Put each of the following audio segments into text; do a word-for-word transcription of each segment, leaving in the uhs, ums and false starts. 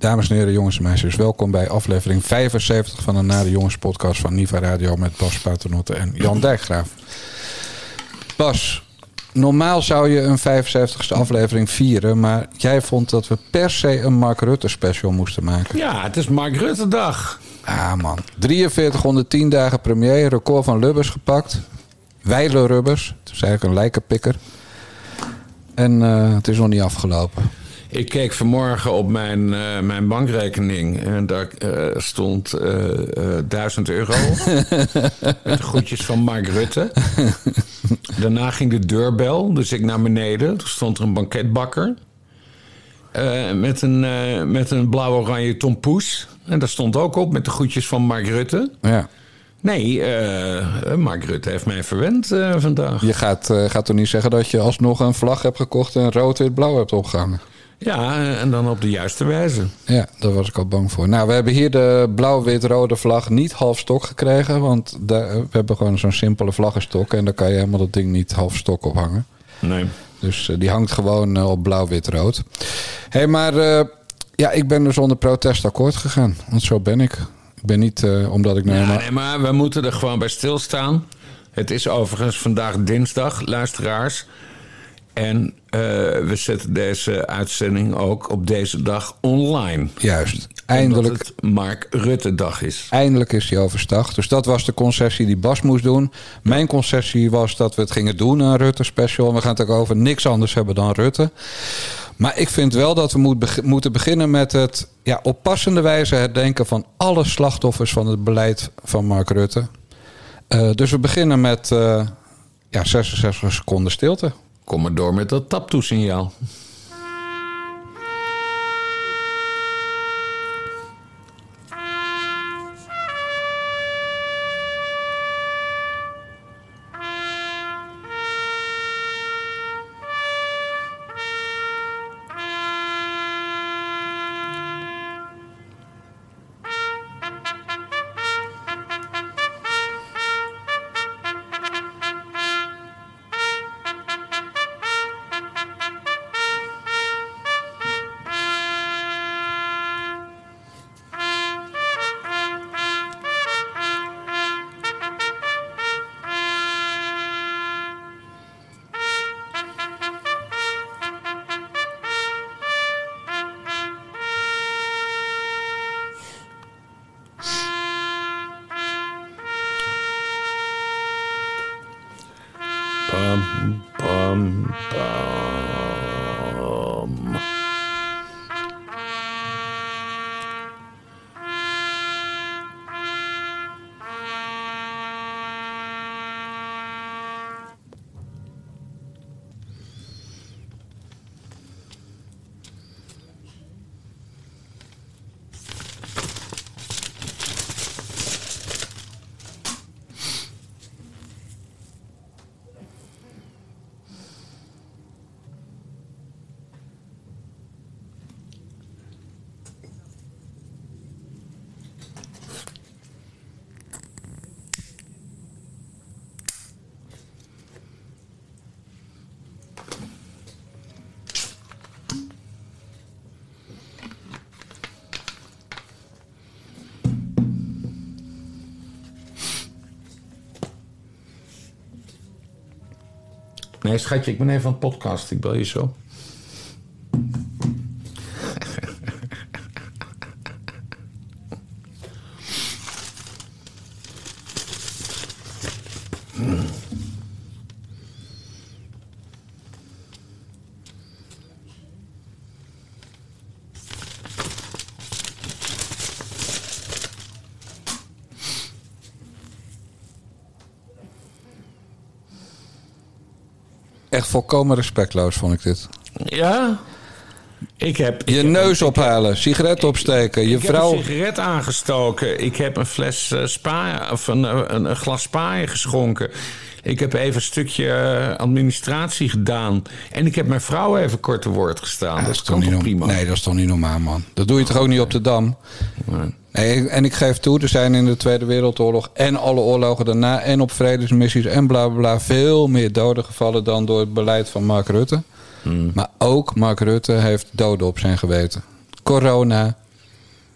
Dames en heren, jongens en meisjes, welkom bij aflevering vijfenzeventig van de Nare Jongens podcast van Niva Radio met Bas Paternotte en Jan Dijkgraaf. Bas, normaal zou je een vijfenzeventigste aflevering vieren, maar jij vond dat we per se een Mark Rutte special moesten maken. Ja, het is Mark Rutte dag. Ah man, drieënveertighonderdtien dagen premier, record van Lubbers gepakt. Wijler Rubbers, het is eigenlijk een lijkenpikker. En uh, het is nog niet afgelopen. Ik keek vanmorgen op mijn, uh, mijn bankrekening en daar uh, stond uh, uh, duizend euro. Met de groetjes van Mark Rutte. Daarna ging de deurbel, dus ik naar beneden. Toen stond er een banketbakker. Uh, met een, uh, met een blauw-oranje tompoes. En daar stond ook op met de groetjes van Mark Rutte. Ja. Nee, uh, Mark Rutte heeft mij verwend uh, vandaag. Je gaat, uh, gaat toch niet zeggen dat je alsnog een vlag hebt gekocht en rood-wit-blauw hebt opgehangen? Ja, en dan op de juiste wijze. Ja, daar was ik al bang voor. Nou, we hebben hier de blauw-wit-rode vlag niet half stok gekregen. Want de, we hebben gewoon zo'n simpele vlaggenstok. En daar kan je helemaal dat ding niet half stok op hangen. Nee. Dus uh, die hangt gewoon uh, op blauw-wit-rood. Hé, hey, maar uh, ja, ik ben dus onder protest akkoord gegaan. Want zo ben ik. Ik ben niet uh, omdat ik nou ja, helemaal... Nee, maar we moeten er gewoon bij stilstaan. Het is overigens vandaag dinsdag, luisteraars. En uh, we zetten deze uitzending ook op deze dag online. Juist. Eindelijk. Omdat het Mark Rutte dag is. Eindelijk is hij overstag. Dus dat was de concessie die Bas moest doen. Mijn concessie was dat we het gingen doen, een Rutte special. We gaan het ook over niks anders hebben dan Rutte. Maar ik vind wel dat we moet be- moeten beginnen met het ja, op passende wijze herdenken van alle slachtoffers van het beleid van Mark Rutte. Uh, dus we beginnen met uh, ja, zesenzestig seconden stilte. Kom maar door met dat taptoe-signaal. Pam, pam, pam. Nee, schatje, ik ben even aan het podcast. Ik bel je zo. Echt volkomen respectloos vond ik dit. Ja? Ik heb... Je ik neus heb, ophalen, sigaret opsteken, je ik vrouw... heb een sigaret aangestoken. Ik heb een fles uh, spa, of een, een, een glas spa geschonken. Ik heb even een stukje uh, administratie gedaan. En ik heb mijn vrouw even kort te woord gestaan. Ja, dat dat is is toch niet prima. Nee, dat is toch niet normaal, man. Dat doe je toch ook niet op de Dam? Nee. Nee, en ik geef toe, er zijn in de Tweede Wereldoorlog en alle oorlogen daarna en op vredesmissies en bla bla bla veel meer doden gevallen dan door het beleid van Mark Rutte. Hmm. Maar ook Mark Rutte heeft doden op zijn geweten. Corona,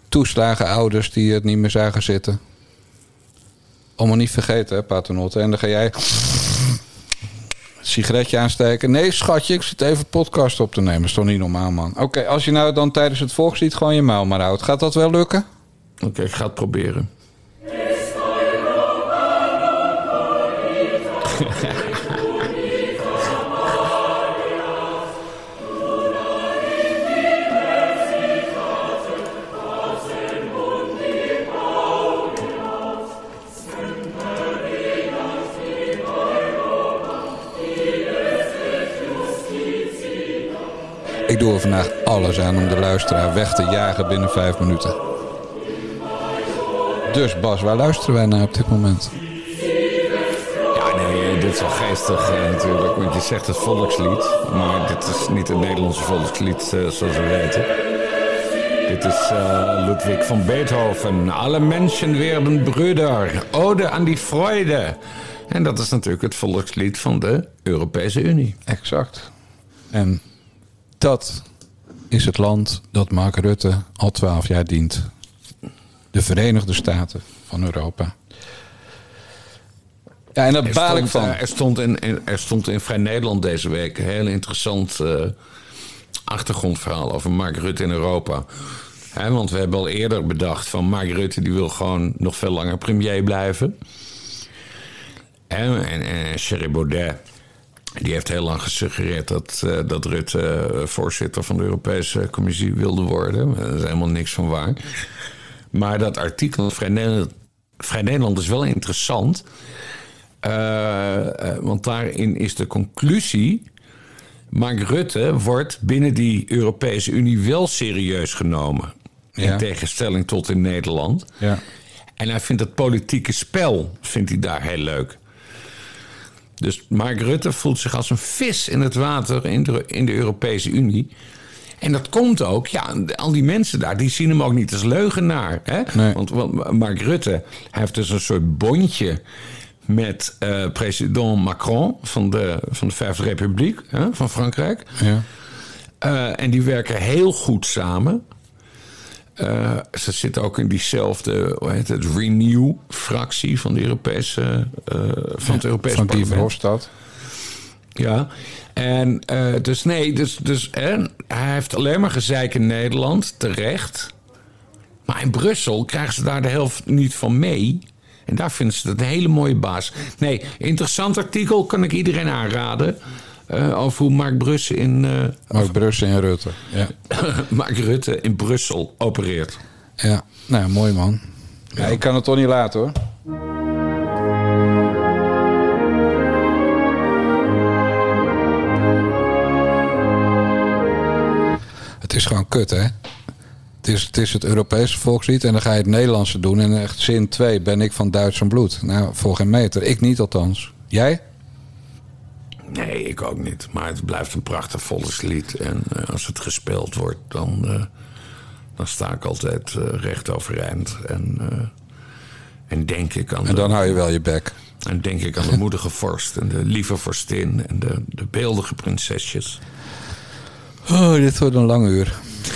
toeslagen ouders die het niet meer zagen zitten. Allemaal niet vergeten, hè, paternotte. En dan ga jij sigaretje aansteken. Nee, schatje, ik zit even podcast op te nemen. Dat is toch niet normaal, man. Oké, okay, als je nou dan tijdens het volkslied gewoon je muil maar houdt. Gaat dat wel lukken? Oké, okay, ik ga het proberen. Ik doe er vandaag alles aan om de luisteraar weg te jagen binnen vijf minuten. Dus Bas, waar luisteren wij naar op dit moment? Ja, nee, dit is wel geestig uh, natuurlijk. Want je zegt het volkslied. Maar dit is niet het Nederlandse volkslied uh, zoals we weten. Dit is uh, Ludwig van Beethoven. Alle mensen werden broeder. Ode aan die Freude. En dat is natuurlijk het volkslied van de Europese Unie. Exact. En dat is het land dat Mark Rutte al twaalf jaar dient. De Verenigde Staten van Europa. Ja, en daar baal ik van. Er stond, in, er stond in Vrij Nederland deze week een heel interessant uh, achtergrondverhaal over Mark Rutte in Europa. He, want we hebben al eerder bedacht van Mark Rutte die wil gewoon nog veel langer premier blijven. En, en, en Thierry Baudet, die heeft heel lang gesuggereerd dat, uh, dat Rutte uh, voorzitter van de Europese Commissie wilde worden. Daar is helemaal niks van waar. Maar dat artikel Vrij Nederland, Vrij Nederland is wel interessant. Uh, uh, want daarin is de conclusie: Mark Rutte wordt binnen die Europese Unie wel serieus genomen. Ja. In tegenstelling tot in Nederland. Ja. En hij vindt het politieke spel vindt hij daar heel leuk. Dus Mark Rutte voelt zich als een vis in het water in de, in de Europese Unie. En dat komt ook, ja, al die mensen daar, die zien hem ook niet als leugenaar. Hè? Nee. Want, want Mark Rutte, hij heeft dus een soort bondje met uh, president Macron van de, van de Vijfde Republiek, hè, van Frankrijk. Ja. Uh, en die werken heel goed samen. Uh, ze zitten ook in diezelfde, hoe heet het, Renew-fractie van de Europese, uh, van het Europese van parlement. Guy Verhofstadt. Ja, en uh, dus nee, dus, dus hè, hij heeft alleen maar gezeik in Nederland, terecht. Maar in Brussel krijgen ze daar de helft niet van mee. En daar vinden ze dat een hele mooie baas. Nee, interessant artikel, kan ik iedereen aanraden. Uh, over hoe Mark Rutte in... Uh, Mark Rutte en Rutte, ja. Mark Rutte in Brussel opereert. Ja, nou mooi man. Ja, ik kan het toch niet laten hoor. Het is gewoon kut, hè? Het is, het is het Europese volkslied en dan ga je het Nederlandse doen. En echt zin twee ben ik van Duits en bloed. Nou, voor geen meter. Ik niet althans. Jij? Nee, ik ook niet. Maar het blijft een prachtig volkslied. En uh, als het gespeeld wordt, dan, uh, dan sta ik altijd uh, recht overeind. En, uh, en denk ik aan... En dan de, hou je wel je bek. En denk ik aan de moedige vorst en de lieve vorstin en de, de beeldige prinsesjes. Oh, dit wordt een lang uur.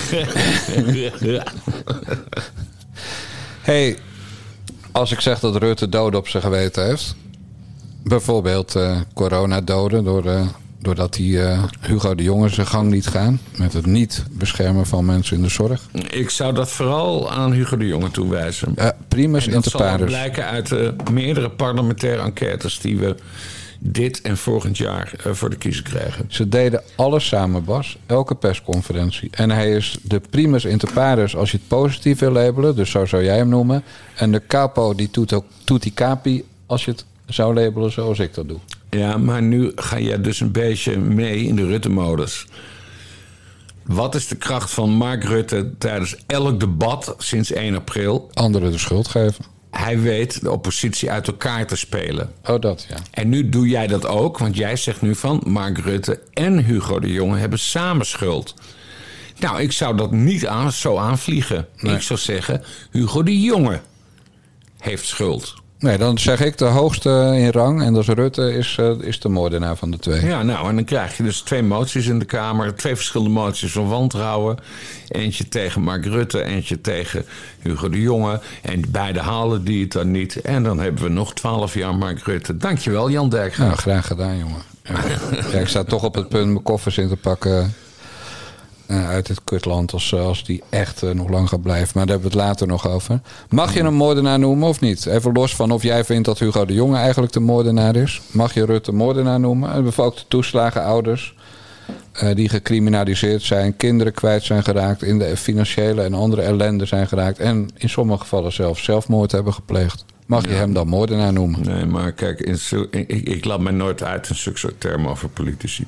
Hey, als ik zeg dat Rutte doden op zijn geweten heeft... Bijvoorbeeld uh, coronadoden, door, uh, doordat hij uh, Hugo de Jonge zijn gang liet gaan... met het niet beschermen van mensen in de zorg. Ik zou dat vooral aan Hugo de Jonge toewijzen. Uh, primus inter pares. Dat zal blijken uit de meerdere parlementaire enquêtes... die we dit en volgend jaar uh, voor de kiezer krijgen. Ze deden alles samen, Bas. Elke persconferentie. En hij is de primus inter pares als je het positief wil labelen. Dus zo zou jij hem noemen. En de capo di tutto, tutti capi als je het... zou labelen zoals ik dat doe. Ja, maar nu ga jij dus een beetje mee in de Rutte-modus. Wat is de kracht van Mark Rutte tijdens elk debat sinds één april? Anderen de schuld geven. Hij weet de oppositie uit elkaar te spelen. Oh, dat, ja. En nu doe jij dat ook, want jij zegt nu van... Mark Rutte en Hugo de Jonge hebben samen schuld. Nou, ik zou dat niet aan, zo aanvliegen. Nee. Ik zou zeggen, Hugo de Jonge heeft schuld. Nee, dan zeg ik de hoogste in rang. En dat is Rutte, is, uh, is de moordenaar van de twee. Ja, nou, en dan krijg je dus twee moties in de Kamer. Twee verschillende moties van wantrouwen. Eentje tegen Mark Rutte, eentje tegen Hugo de Jonge. En beide halen die het dan niet. En dan hebben we nog twaalf jaar Mark Rutte. Dankjewel, Jan Dijkgraaf. Nou, graag gedaan, jongen. Ja. Ja, ik sta toch op het punt mijn koffers in te pakken... Uh, uit het kutland als, als die echt uh, nog lang gaat blijven. Maar daar hebben we het later nog over. Mag je een moordenaar noemen of niet? Even los van of jij vindt dat Hugo de Jonge eigenlijk de moordenaar is. Mag je Rutte moordenaar noemen? En ook de toeslagenouders uh, die gecriminaliseerd zijn. Kinderen kwijt zijn geraakt. In de financiële en andere ellende zijn geraakt. En in sommige gevallen zelfs zelfmoord hebben gepleegd. Mag je ja. hem dan moordenaar noemen? Nee, maar kijk, in zo, ik, ik laat mij nooit uit in zulke soort termen over politici.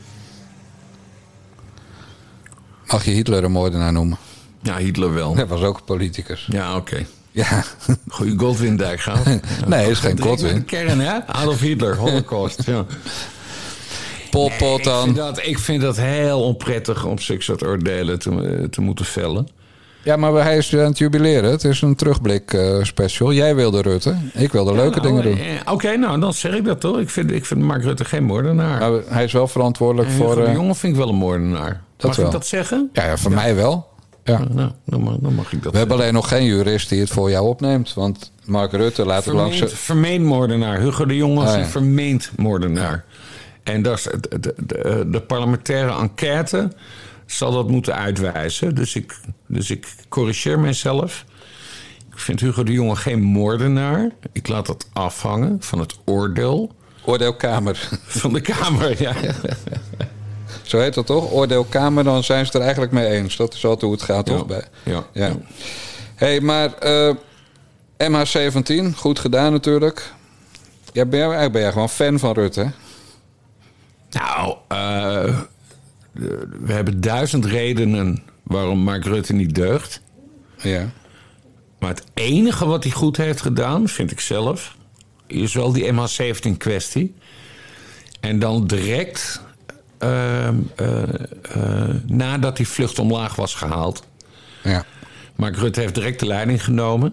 Mag je Hitler een moordenaar noemen? Ja, Hitler wel. Dat was ook een politicus. Ja, oké. Okay. Ja. Goeie Godwin Dijkgraaf. Nee, is geen Godwin. De kern, hè? Adolf Hitler, Holocaust. Ja. Pol Pot dan. Nee, ik, vind dat, ik vind dat heel onprettig om zulke soort oordelen te, te moeten vellen. Ja, maar hij is aan het jubileren. Het is een terugblik uh, special. Jij wilde Rutte. Ik wilde ja, leuke nou, dingen doen. Eh, Oké, okay, nou dan zeg ik dat toch. Ik vind, ik vind Mark Rutte geen moordenaar. Nou, hij is wel verantwoordelijk en voor... De uh, jongen vind ik wel een moordenaar. Dat mag wel. ik dat zeggen? Ja, ja voor ja. mij wel. Ja. Nou, dan mag, dan mag ik dat We zeggen. hebben alleen nog geen jurist die het voor jou opneemt. Want Mark Rutte laat het langs... Vermeend moordenaar. Hugo de Jonge is ah, ja. een vermeend moordenaar. Ja. En dat is de, de, de, de parlementaire enquête zal dat moeten uitwijzen. Dus ik, dus ik corrigeer mijzelf. Ik vind Hugo de Jonge geen moordenaar. Ik laat dat afhangen van het oordeel. Oordeelkamer. Van de Kamer, ja. Zo heet dat toch? Oordeelkamer, dan zijn ze het er eigenlijk mee eens. Dat is altijd hoe het gaat, ja. toch? Bij. Ja. ja. Hé, hey, maar uh, M H zeventien, goed gedaan natuurlijk. Ja, ben jij, eigenlijk ben jij gewoon fan van Rutte, hè? Nou, uh, we hebben duizend redenen waarom Mark Rutte niet deugt. Ja. Maar het enige wat hij goed heeft gedaan, vind ik zelf, is wel die M H zeventien kwestie. En dan direct uh, uh, uh, nadat die vlucht omlaag was gehaald. Ja. Mark Rutte heeft direct de leiding genomen.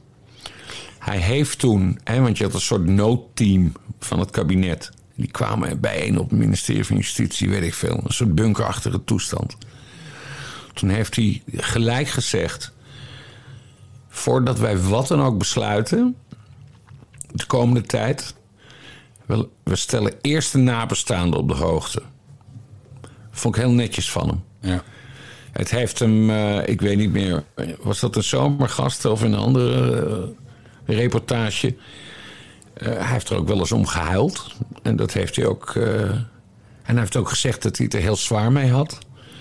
Hij heeft toen, hè, want je had een soort noodteam van het kabinet. Die kwamen bijeen op het ministerie van Justitie, weet ik veel. Een soort bunkerachtige toestand. Toen heeft hij gelijk gezegd, voordat wij wat dan ook besluiten, de komende tijd, we stellen eerst de nabestaanden op de hoogte. Vond ik heel netjes van hem. Ja. Het heeft hem, uh, ik weet niet meer, was dat een zomergast of een andere uh, reportage? Uh, hij heeft er ook wel eens om gehuild. En dat heeft hij ook. Uh, en hij heeft ook gezegd dat hij het er heel zwaar mee had.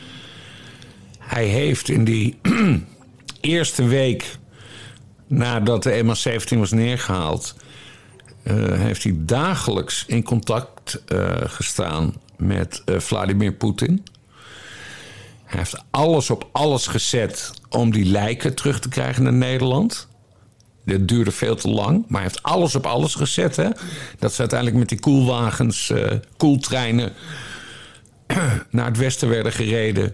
Hij heeft in die eerste week nadat de M H zeventien was neergehaald, Uh, heeft hij dagelijks in contact uh, gestaan met uh, Vladimir Poetin. Hij heeft alles op alles gezet om die lijken terug te krijgen naar Nederland. Dat duurde veel te lang, maar hij heeft alles op alles gezet. Hè? Dat ze uiteindelijk met die koelwagens, uh, koeltreinen naar het westen werden gereden.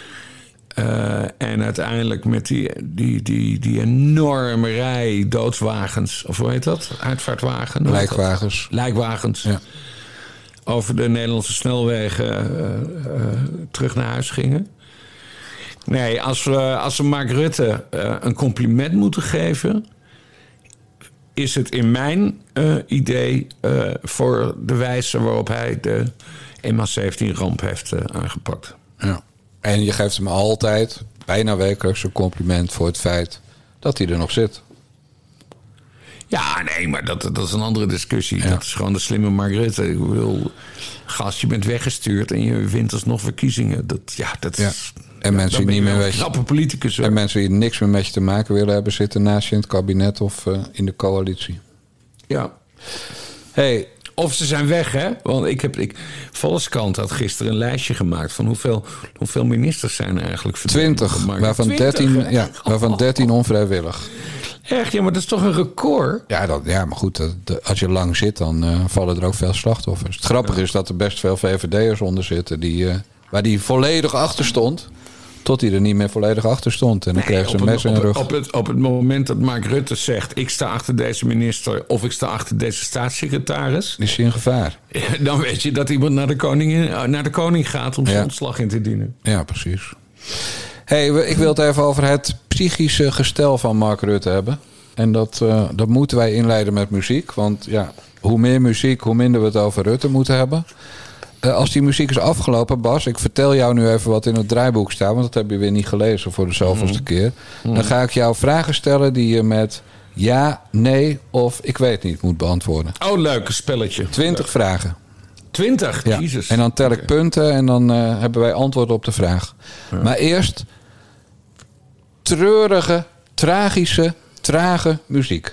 Uh, en uiteindelijk met die, die, die, die enorme rij doodswagens, of hoe heet dat? Uitvaartwagen? Lijkwagens. Lijkwagens. Ja. Over de Nederlandse snelwegen uh, uh, terug naar huis gingen. Nee, als we, als we Mark Rutte uh, een compliment moeten geven, is het in mijn uh, idee uh, voor de wijze waarop hij de M H zeventien ramp heeft uh, aangepakt. Ja. En je geeft hem altijd, bijna wekelijks, een compliment voor het feit dat hij er nog zit. Ja, nee, maar dat, dat is een andere discussie. Ja. Dat is gewoon de slimme Mark Rutte. Ik bedoel, gast, je bent weggestuurd en je wint alsnog verkiezingen. Dat, ja, dat ja. is... En mensen die niet meer een knappe politicus. En mensen die niks meer met je te maken willen hebben, zitten naast je in het kabinet of uh, in de coalitie. Ja. Hey, of ze zijn weg, hè? Want ik heb, ik, Volkskrant had gisteren een lijstje gemaakt van hoeveel, hoeveel ministers zijn er eigenlijk verdwenen. twintig, waarvan dertien, ja, waarvan dertien onvrijwillig. Echt, ja, maar dat is toch een record? Ja, dat, ja maar goed, dat, de, als je lang zit, dan uh, vallen er ook veel slachtoffers. Het grappige ja. is dat er best veel V V D'ers onder zitten die, uh, waar die volledig achter stond. Tot hij er niet meer volledig achter stond. En dan Nee, kreeg ze een op mes in het- de op, rug. Op het, op het moment dat Mark Rutte zegt... ik sta achter deze minister of ik sta achter deze staatssecretaris... Is hij in gevaar? dan weet je dat iemand naar de koning, naar de koning gaat om zijn Ja. ontslag in te dienen. Ja, precies. Hey, we- ik wil het even over het psychische gestel van Mark Rutte hebben. En dat, uh, dat moeten wij inleiden met muziek. Want ja, hoe meer muziek, hoe minder we het over Rutte moeten hebben. Uh, als die muziek is afgelopen, Bas, ik vertel jou nu even wat in het draaiboek staat. Want dat heb je weer niet gelezen voor de zoveelste keer. Dan ga ik jou vragen stellen die je met ja, nee of ik weet niet moet beantwoorden. Oh, leuk, een spelletje. Twintig vragen. Twintig? Ja. Jezus. En dan tel ik Oké. punten en dan uh, hebben wij antwoord op de vraag. Ja. Maar eerst treurige, tragische, trage muziek.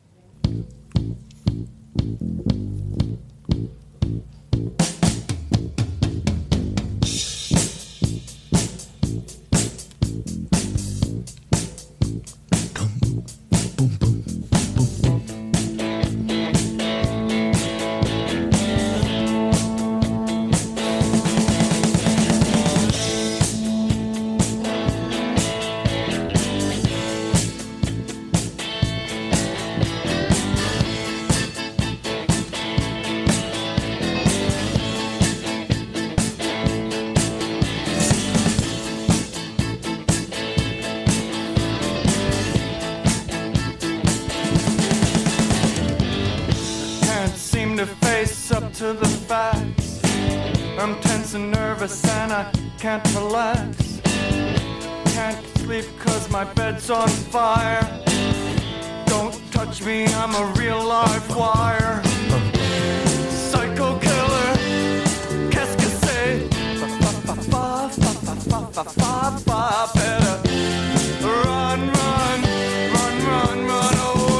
To the facts, I'm tense and nervous and I can't relax. Can't sleep cause my bed's on fire. Don't touch me, I'm a real live wire. Psycho killer, qu'est-ce que c'est? Fa fa fa fa fa fa fa fa. Better run, run, run, run, run away.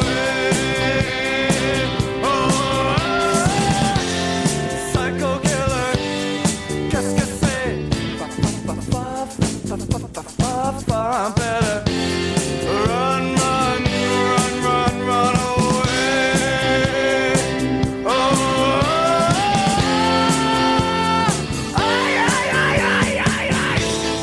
I better run, run, run, run, run away. Oh, ay, ay, ay, ay, ay, ay.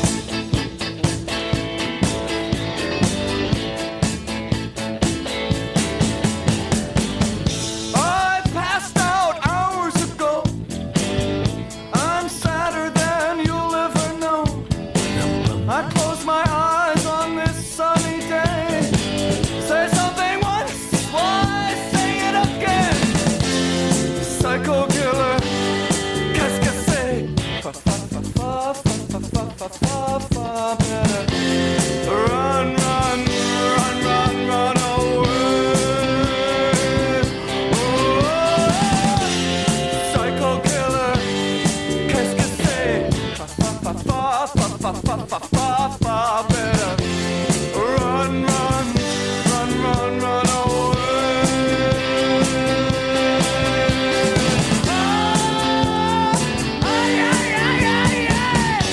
I passed out hours ago. I'm sadder than you'll ever know. I close my eyes on this sunny day. Say something once, why say it again? Psycho killer, qu'est-ce que c'est? Fa fa fa fa fa fa fa fa fa. Better run, run, run, run, run away. Oh, psycho killer, qu'est-ce que c'est? Fa fa fa fa fa fa fa fa fa. Better run, run, run, run, run away. Ah, ay, ay, ay, ay, ay.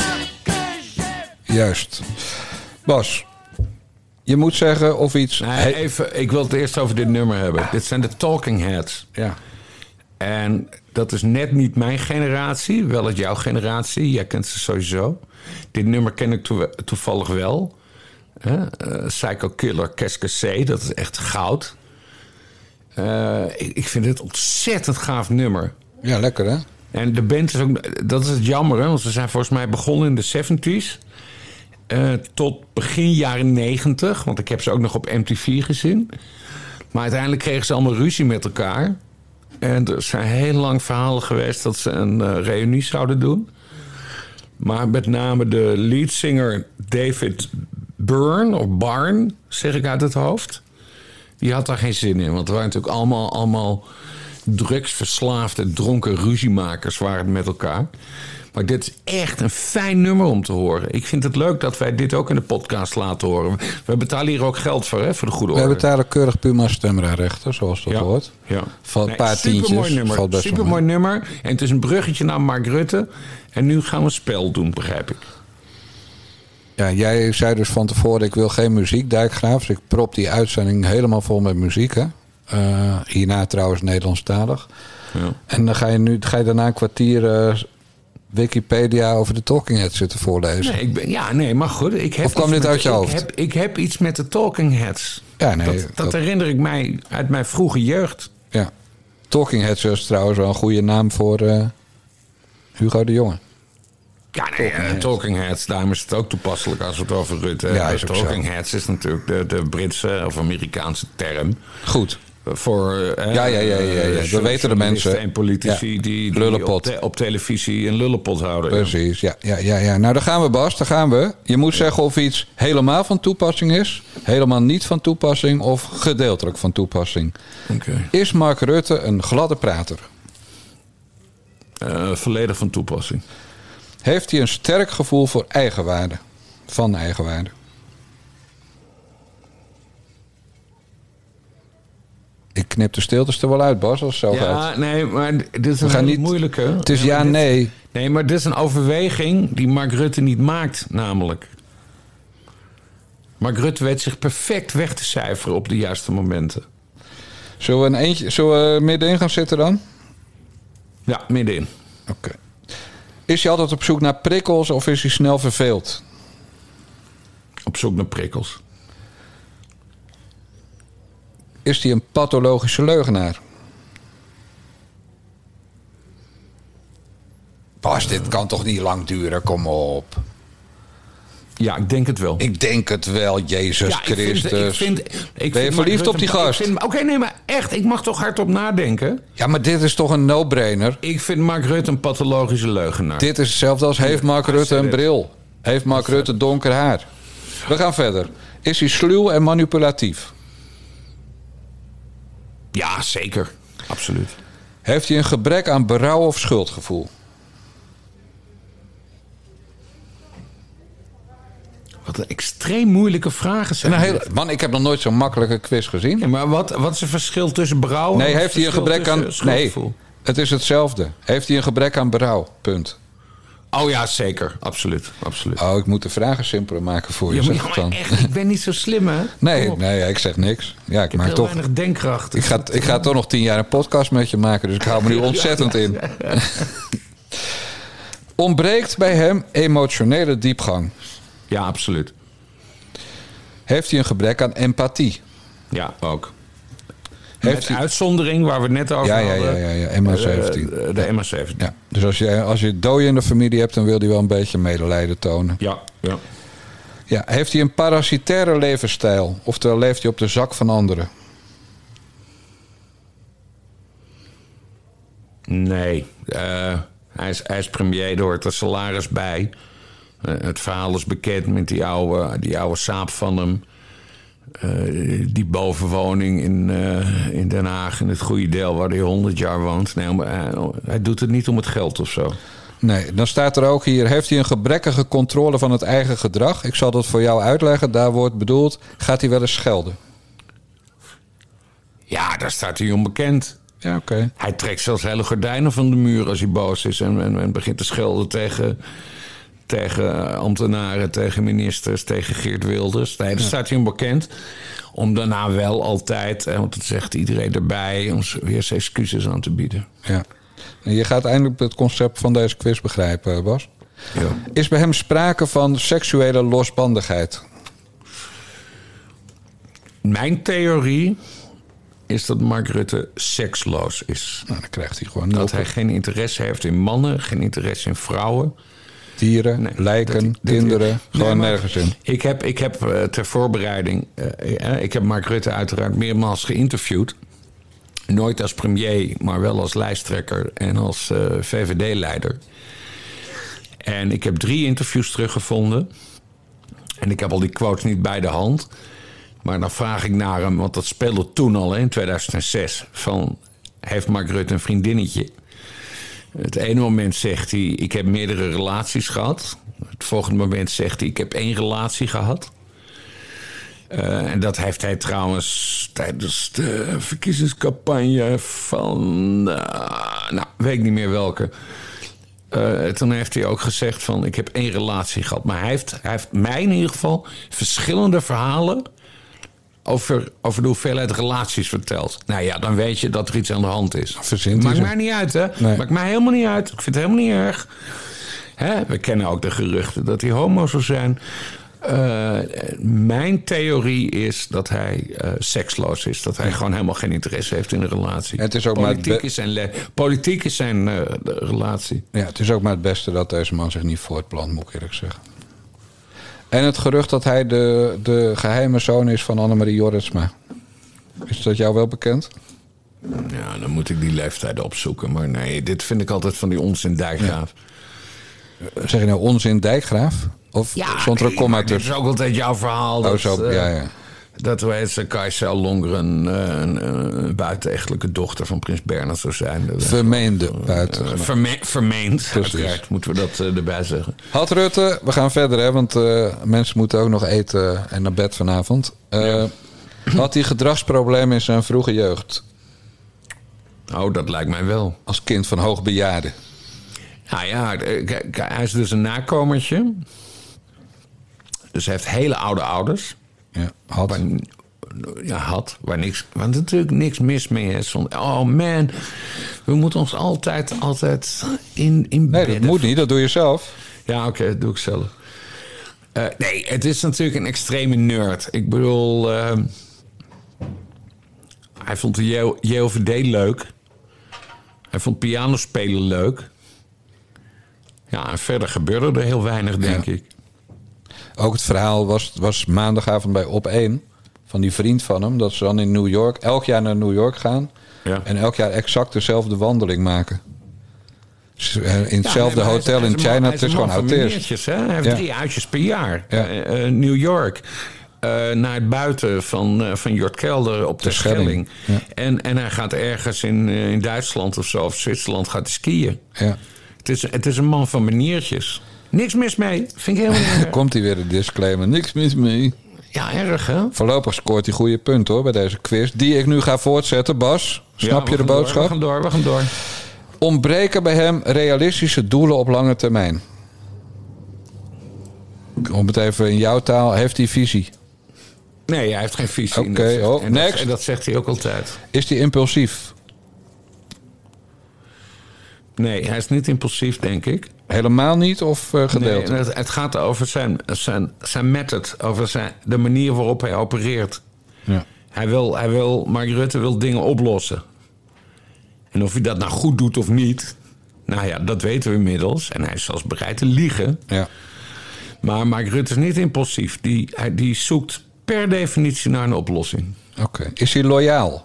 Juist. Bas, je moet zeggen of iets... Nee, even, ik wil het eerst over dit nummer hebben. Dit zijn de Talking Heads. Ja. En dat is net niet mijn generatie, wel het jouw generatie. Jij kent ze sowieso. Dit nummer ken ik to- toevallig wel. Uh, uh, Psycho Killer, qu'est-ce que c'est? Dat is echt goud. Uh, ik, ik vind het een ontzettend gaaf nummer. Ja, lekker hè? En de band is ook... Dat is het jammer, hè? Want ze zijn volgens mij begonnen in de zeventig. Uh, tot begin jaren negentig. Want ik heb ze ook nog op M T V gezien. Maar uiteindelijk kregen ze allemaal ruzie met elkaar. En er zijn heel lang verhalen geweest dat ze een uh, reunie zouden doen. Maar met name de leadzanger David Byrne, of Barn, zeg ik uit het hoofd. Die had daar geen zin in. Want er waren natuurlijk allemaal, allemaal drugsverslaafde, dronken ruziemakers waren het met elkaar. Maar dit is echt een fijn nummer om te horen. Ik vind het leuk dat wij dit ook in de podcast laten horen. We betalen hier ook geld voor, hè, voor de goede orde. Wij betalen keurig Puma stemrechten, zoals dat Ja, hoort. ja. Van een Nee, paar supermooi tientjes. nummer. Valt best wel Supermooi mee. nummer. En het is een bruggetje naar Mark Rutte. En nu gaan we een spel doen, begrijp ik. Ja, jij zei dus van tevoren, ik wil geen muziek, Dijkgraaf. Dus ik prop die uitzending helemaal vol met muziek, hè. Uh, hierna trouwens Nederlandstalig. Ja. En dan ga je, nu, ga je daarna een kwartier uh, Wikipedia over de Talking Heads zitten voorlezen. Nee, ik ben, ja, nee, maar goed. Ik heb Of kwam iets dit met- uit je ik hoofd? Heb, ik heb iets met de Talking Heads. Ja, nee. dat, dat, dat- herinner ik mij uit mijn vroege jeugd. Ja. Talking Heads is trouwens wel een goede naam voor uh, Hugo de Jonge. Ja, nee, Talking, uh, Talking Heads, daarom is het ook toepasselijk als we het over Rutte Ja, hebben. is ook Talking zo. Heads is natuurlijk de, de Britse of Amerikaanse term. Goed. Voor uh, Ja, ja, ja, ja, ja. Dat weten de mensen. En politici Ja. die, die Lullepot. op, te, op televisie een lullepot houden. Precies, ja, ja, ja, ja. Nou, daar gaan we, Bas, daar gaan we. Je moet zeggen of iets helemaal van toepassing is, helemaal niet van toepassing of gedeeltelijk van toepassing. Okay. Is Mark Rutte een gladde prater? Uh, volledig van toepassing. Heeft hij een sterk gevoel voor eigenwaarde? Van eigenwaarde? Ik knip de stiltes er wel uit, Bas, als het zo Ja, gaat. nee, maar dit is We een gaan hele niet- moeilijke. Het is Ja, ja, maar dit- nee. Nee, maar dit is een overweging die Mark Rutte niet maakt, namelijk. Mark Rutte weet zich perfect weg te cijferen op de juiste momenten. Zullen we, een eentje, zullen we middenin gaan zitten dan? Ja, middenin. Oké. Is hij altijd op zoek naar prikkels of is hij snel verveeld? Op zoek naar prikkels. Is hij een pathologische leugenaar? Bas, dit kan toch niet lang duren? Kom op. Ja, ik denk het wel. Ik denk het wel, Jezus ja, ik Christus. Vind, ik vind, ik Ben je vind Mark verliefd Rutte op die een- ik gast? vind- Oké, nee, maar echt, ik mag toch hardop nadenken. Ja, maar dit is toch een no-brainer? Ik vind Mark Rutte een pathologische leugenaar. Dit is hetzelfde als heeft Mark I Rutte said een it. bril? Heeft Mark Rutte donker haar? We gaan verder. Is hij sluw en manipulatief? Ja, zeker. Absoluut. Heeft hij een gebrek aan berouw of schuldgevoel? Wat een extreem moeilijke vragen zijn. Een hele, dit. man, ik heb nog nooit zo'n makkelijke quiz gezien. Ja, maar wat, wat is het verschil tussen berouw Nee, en heeft hij een verschil gebrek aan... tussen Nee, schuldgevoel? het is hetzelfde. Heeft hij een gebrek aan berouw? Punt. Oh ja, zeker. Absoluut. Absoluut. Oh, ik moet de vragen simpeler maken voor je, Ja, maar, zeg ja, het maar dan. echt, ik ben niet zo slim, hè? Nee, Kom op. nee, ik zeg niks. Ja, ik Ik heb maak heel toch... weinig denkkracht. Ik ga, ik ga toch nog tien jaar een podcast met je maken, dus ik hou me nu ontzettend in. Ontbreekt bij hem emotionele diepgang? Ja, absoluut. Heeft hij een gebrek aan empathie? Ja, ook. Heeft Met hij... uitzondering waar we het net over Ja, ja, hadden. ja, ja, ja, M A zeventien. Eh, de M A zeventien. Ja, dus als je, als je dode in de familie hebt, dan wil hij wel een beetje medelijden tonen. Ja, ja. Ja, heeft hij een parasitaire levensstijl? Oftewel leeft hij op de zak van anderen? Nee. Uh, hij, is, hij is premier, er hoort er salaris bij. Uh, het verhaal is bekend met die oude, die oude saap van hem. Uh, die bovenwoning in, uh, in Den Haag, in het goede deel waar hij honderd jaar woont. Nee, maar hij, hij doet het niet om het geld of zo. Nee, dan staat er ook hier... heeft hij een gebrekkige controle van het eigen gedrag? Ik zal dat voor jou uitleggen. Daar wordt bedoeld... gaat hij wel eens schelden? Ja, daar staat hij onbekend. Ja, oké. Okay. Hij trekt zelfs hele gordijnen van de muur als hij boos is... en, en, en begint te schelden tegen... tegen ambtenaren, tegen ministers, tegen Geert Wilders. Nee, daar ja. staat hij onbekend. Om daarna wel altijd, want dat zegt iedereen erbij... om weer zijn excuses aan te bieden. Ja. En je gaat eindelijk het concept van deze quiz begrijpen, Bas. Ja. Is bij hem sprake van seksuele losbandigheid? Mijn theorie is dat Mark Rutte seksloos is. Nou, dan krijgt hij gewoon... Dat hij geen interesse heeft in mannen, geen interesse in vrouwen... Dieren, nee, lijken, dat, dat, kinderen, dat, gewoon nee, nergens in. Ik heb, ik heb uh, ter voorbereiding... Uh, ik heb Mark Rutte uiteraard meermaals geïnterviewd. Nooit als premier, maar wel als lijsttrekker en als uh, V V D-leider. En ik heb drie interviews teruggevonden. En ik heb al die quotes niet bij de hand. Maar dan vraag ik naar hem, want dat speelde toen al in tweeduizend zes... van, heeft Mark Rutte een vriendinnetje... Het ene moment zegt hij, ik heb meerdere relaties gehad. Het volgende moment zegt hij, ik heb één relatie gehad. Uh, en dat heeft hij trouwens tijdens de verkiezingscampagne van... Uh, nou, weet ik niet meer welke. Uh, toen heeft hij ook gezegd van, ik heb één relatie gehad. Maar hij heeft, hij heeft mij in ieder geval verschillende verhalen... Over, over de hoeveelheid relaties verteld. Nou ja, dan weet je dat er iets aan de hand is. Verzint Maakt mij niet uit, hè? Nee. Maakt mij helemaal niet uit. Ik vind het helemaal niet erg. Hè? We kennen ook de geruchten dat hij homo zou zijn. Uh, mijn theorie is dat hij uh, seksloos is. Dat hij gewoon helemaal geen interesse heeft in een relatie. Het is ook Politiek, maar het be- is zijn le- Politiek is zijn uh, de relatie. Ja, het is ook maar het beste dat deze man zich niet voortplant, moet ik eerlijk zeggen. En het gerucht dat hij de, de geheime zoon is van Annemarie Jorritsma. Is dat jou wel bekend? Ja, dan moet ik die leeftijd opzoeken. Maar nee, dit vind ik altijd van die onzin Dijkgraaf. Ja. Zeg je nou onzin Dijkgraaf? Of Ja, stond er een nee, komma maar dit tussen? is ook altijd jouw verhaal. Oh, dat, zo, uh, ja, ja. Dat wij Kajsa Longren een, een buitenechtelijke dochter van prins Bernhard zou zijn. Vermeende buiten. Uh, verme- vermeend, Precies. uiteraard, moeten we dat uh, erbij zeggen. Had Rutte, we gaan verder, hè, want uh, mensen moeten ook nog eten en naar bed vanavond. Uh, ja. Had hij gedragsproblemen in zijn vroege jeugd? Oh, dat lijkt mij wel. Als kind van hoogbejaarden? Nou ja, kijk, hij is dus een nakomertje. Dus hij heeft hele oude ouders. Ja, had. Waar, ja, had. Waar, niks, waar natuurlijk niks mis mee is. Oh man, we moeten ons altijd, altijd in, in Nee, dat moet niet, dat doe je zelf. Ja, oké, okay, dat doe ik zelf. Uh, nee, het is natuurlijk een extreme nerd. Ik bedoel, uh, hij vond de J O V D leuk. Hij vond pianospelen leuk. Ja, en verder gebeurde er heel weinig, denk ja. ik. Ook het verhaal was, was maandagavond bij Op één... van die vriend van hem, dat ze dan in New York... elk jaar naar New York gaan... Ja. en elk jaar exact dezelfde wandeling maken. In hetzelfde ja, nee, hotel is, in China. Man, het is gewoon autist. Hij heeft ja. drie uitjes per jaar. Ja. Uh, uh, New York... Uh, naar het buiten van, uh, van Jort Kelder op de, de Schelling. Schelling. Ja. En, en hij gaat ergens in, uh, in Duitsland of zo, of Zwitserland, gaat hij skiën. Ja. Het, is, het is een man van maniertjes. Niks mis mee. Vind ik helemaal niet. Komt hij weer de disclaimer. Niks mis mee. Ja, erg hè? Voorlopig scoort hij goede punten hoor bij deze quiz. Die ik nu ga voortzetten, Bas. Snap ja, je de boodschap? Door, we gaan door, we gaan door. Ontbreken bij hem realistische doelen op lange termijn? Om het even in jouw taal. Heeft hij visie? Nee, hij heeft geen visie. Oké, okay, oh, en next. Dat, en dat zegt hij ook altijd. Is hij impulsief? Nee, hij is niet impulsief, denk ik. Helemaal niet of uh, gedeeltelijk? Nee, het, het gaat over zijn, zijn, zijn method, over zijn, de manier waarop hij opereert. Ja. Hij wil, hij wil, Mark Rutte wil dingen oplossen. En of hij dat nou goed doet of niet, nou ja, dat weten we inmiddels. En hij is zelfs bereid te liegen. Ja. Maar Mark Rutte is niet impulsief. Die, hij, die zoekt per definitie naar een oplossing. Oké. Okay. Is hij loyaal?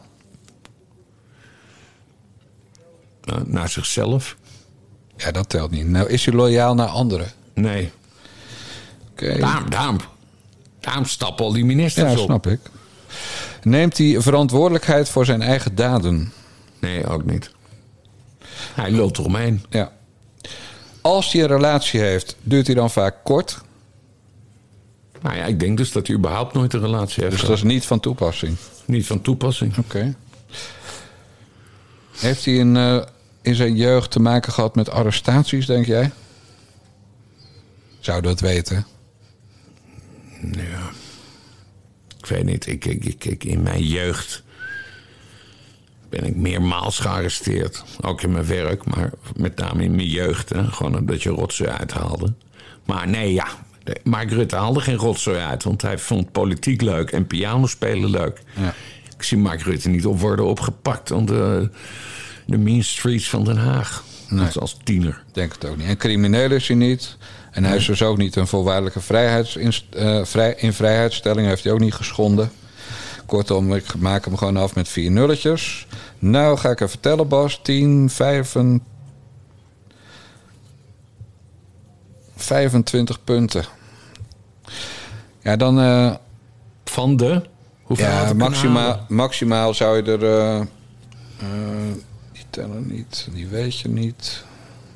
Uh, naar zichzelf. Ja, dat telt niet. Nou, is hij loyaal naar anderen? Nee. Okay. Daarom, daarom, daarom stappen al die ministers ja, op. Ja, snap ik. Neemt hij verantwoordelijkheid voor zijn eigen daden? Nee, ook niet. Hij lult eromheen. Ja. Als hij een relatie heeft, duurt hij dan vaak kort? Nou ja, ik denk dus dat hij überhaupt nooit een relatie heeft. Dus gehad. dat is niet van toepassing? Niet van toepassing. Oké. Okay. Heeft hij in, uh, in zijn jeugd te maken gehad met arrestaties, denk jij? Zou dat weten? Ja. Ik weet niet. Ik, ik, ik, ik, in mijn jeugd ben ik meermaals gearresteerd. Ook in mijn werk, maar met name in mijn jeugd. Hè. Gewoon omdat je rotzooi uithaalde. Maar nee, ja. Mark Rutte haalde geen rotzooi uit. Want hij vond politiek leuk en pianospelen leuk. Ja. Ik zie Mark Rutte niet op worden opgepakt aan de, de mean streets van Den Haag. Nee. Als tiener. Ik denk het ook niet. En crimineel is hij niet. En hij nee. is dus ook niet een voorwaardelijke vrijheids, uh, vrij, in vrijheidsstelling. Heeft hij ook niet geschonden. Kortom, ik maak hem gewoon af met vier nulletjes. Nou, ga ik even vertellen, Bas. tien, vijf, vijfentwintig punten. Ja, dan... Uh, van de... Hoeveel ja, maximaal, maximaal zou je er... Uh, uh, die tellen niet, die weet je niet.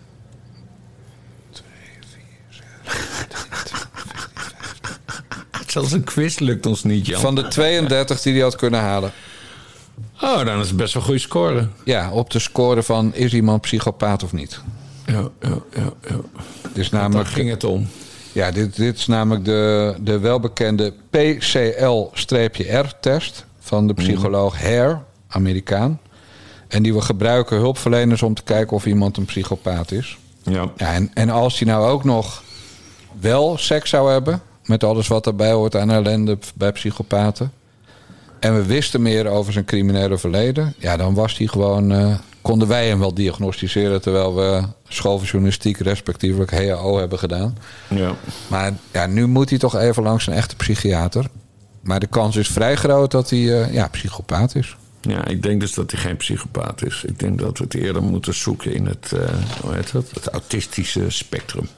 twee, vier, zes, zelfs een quiz lukt ons niet, Jan. Van de tweeëndertig die hij had kunnen halen. Oh, dan is het best wel een goede score. Ja, op de score van is iemand psychopaat of niet. Ja, ja, ja. ja. Dus namelijk, daar ging het om. Ja, dit, dit is namelijk de, de welbekende P C L-R-test van de psycholoog mm. Hare, Amerikaan. En die we gebruiken hulpverleners om te kijken of iemand een psychopaat is. Ja. Ja, en, en als hij nou ook nog wel seks zou hebben, met alles wat daarbij hoort aan ellende bij psychopaten, en we wisten meer over zijn criminele verleden, ja, dan was hij gewoon, uh, konden wij hem wel diagnosticeren, terwijl we schooljournalistiek respectievelijk H A O hebben gedaan. Ja. Maar ja, nu moet hij toch even langs een echte psychiater. Maar de kans is vrij groot dat hij uh, ja, psychopaat is. Ja, ik denk dus dat hij geen psychopaat is. Ik denk dat we het eerder moeten zoeken in het, uh, hoe heet dat? Het autistische spectrum.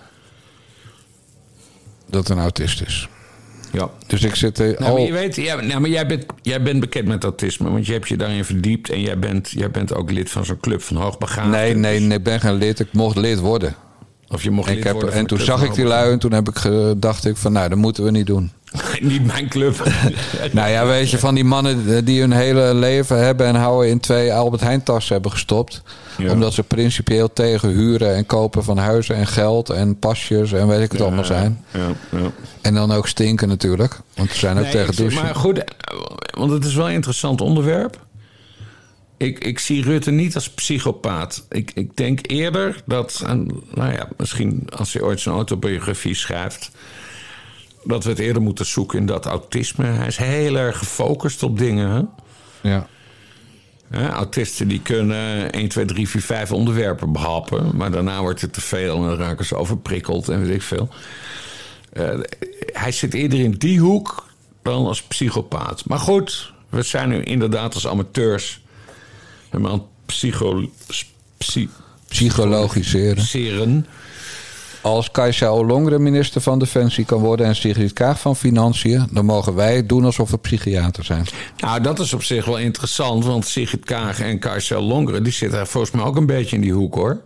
Dat een autist is. Ja. Dus ik zit... Uh, Nou, al... maar je weet, ja, nou, maar jij bent, jij bent bekend met autisme, want je hebt je daarin verdiept en jij bent, jij bent ook lid van zo'n club van hoogbegaafden. Nee, nee, nee, ik ben geen lid. Ik mocht lid worden. Of je mocht Ik lid heb, worden en van toen de zag club ik van die lui en toen heb ik gedacht ik van, nou, dat moeten we niet doen. hoogbegaafden. Niet mijn club. Nou ja, weet je, van die mannen die hun hele leven hebben en houden in twee Albert Heijn tassen hebben gestopt. Ja. Omdat ze principieel tegen huren en kopen van huizen en geld en pasjes en weet ik het Ja, allemaal zijn. Ja, ja. En dan ook stinken natuurlijk, want ze zijn ook Nee, tegen ik zie- douchen. Maar goed, want het is wel een interessant onderwerp. Ik, ik zie Rutte niet als psychopaat. Ik, ik denk eerder dat, en, nou ja, misschien als hij ooit zijn autobiografie schrijft, dat we het eerder moeten zoeken in dat autisme. Hij is heel erg gefocust op dingen. Hè? Ja. Hè, autisten die kunnen één, twee, drie, vier, vijf onderwerpen behappen. Maar daarna wordt het te veel en dan raken ze overprikkeld en weet ik veel. Uh, hij zit eerder in die hoek dan als psychopaat. Maar goed, we zijn nu inderdaad als amateurs helemaal aan het psycho, psy, Psychologiseren. psychologiseren. Als Kajsa Ollongren minister van Defensie kan worden en Sigrid Kaag van Financiën, dan mogen wij doen alsof we psychiater zijn. Nou, dat is op zich wel interessant, want Sigrid Kaag en Kajsa Ollongren, die zitten volgens mij ook een beetje in die hoek, hoor.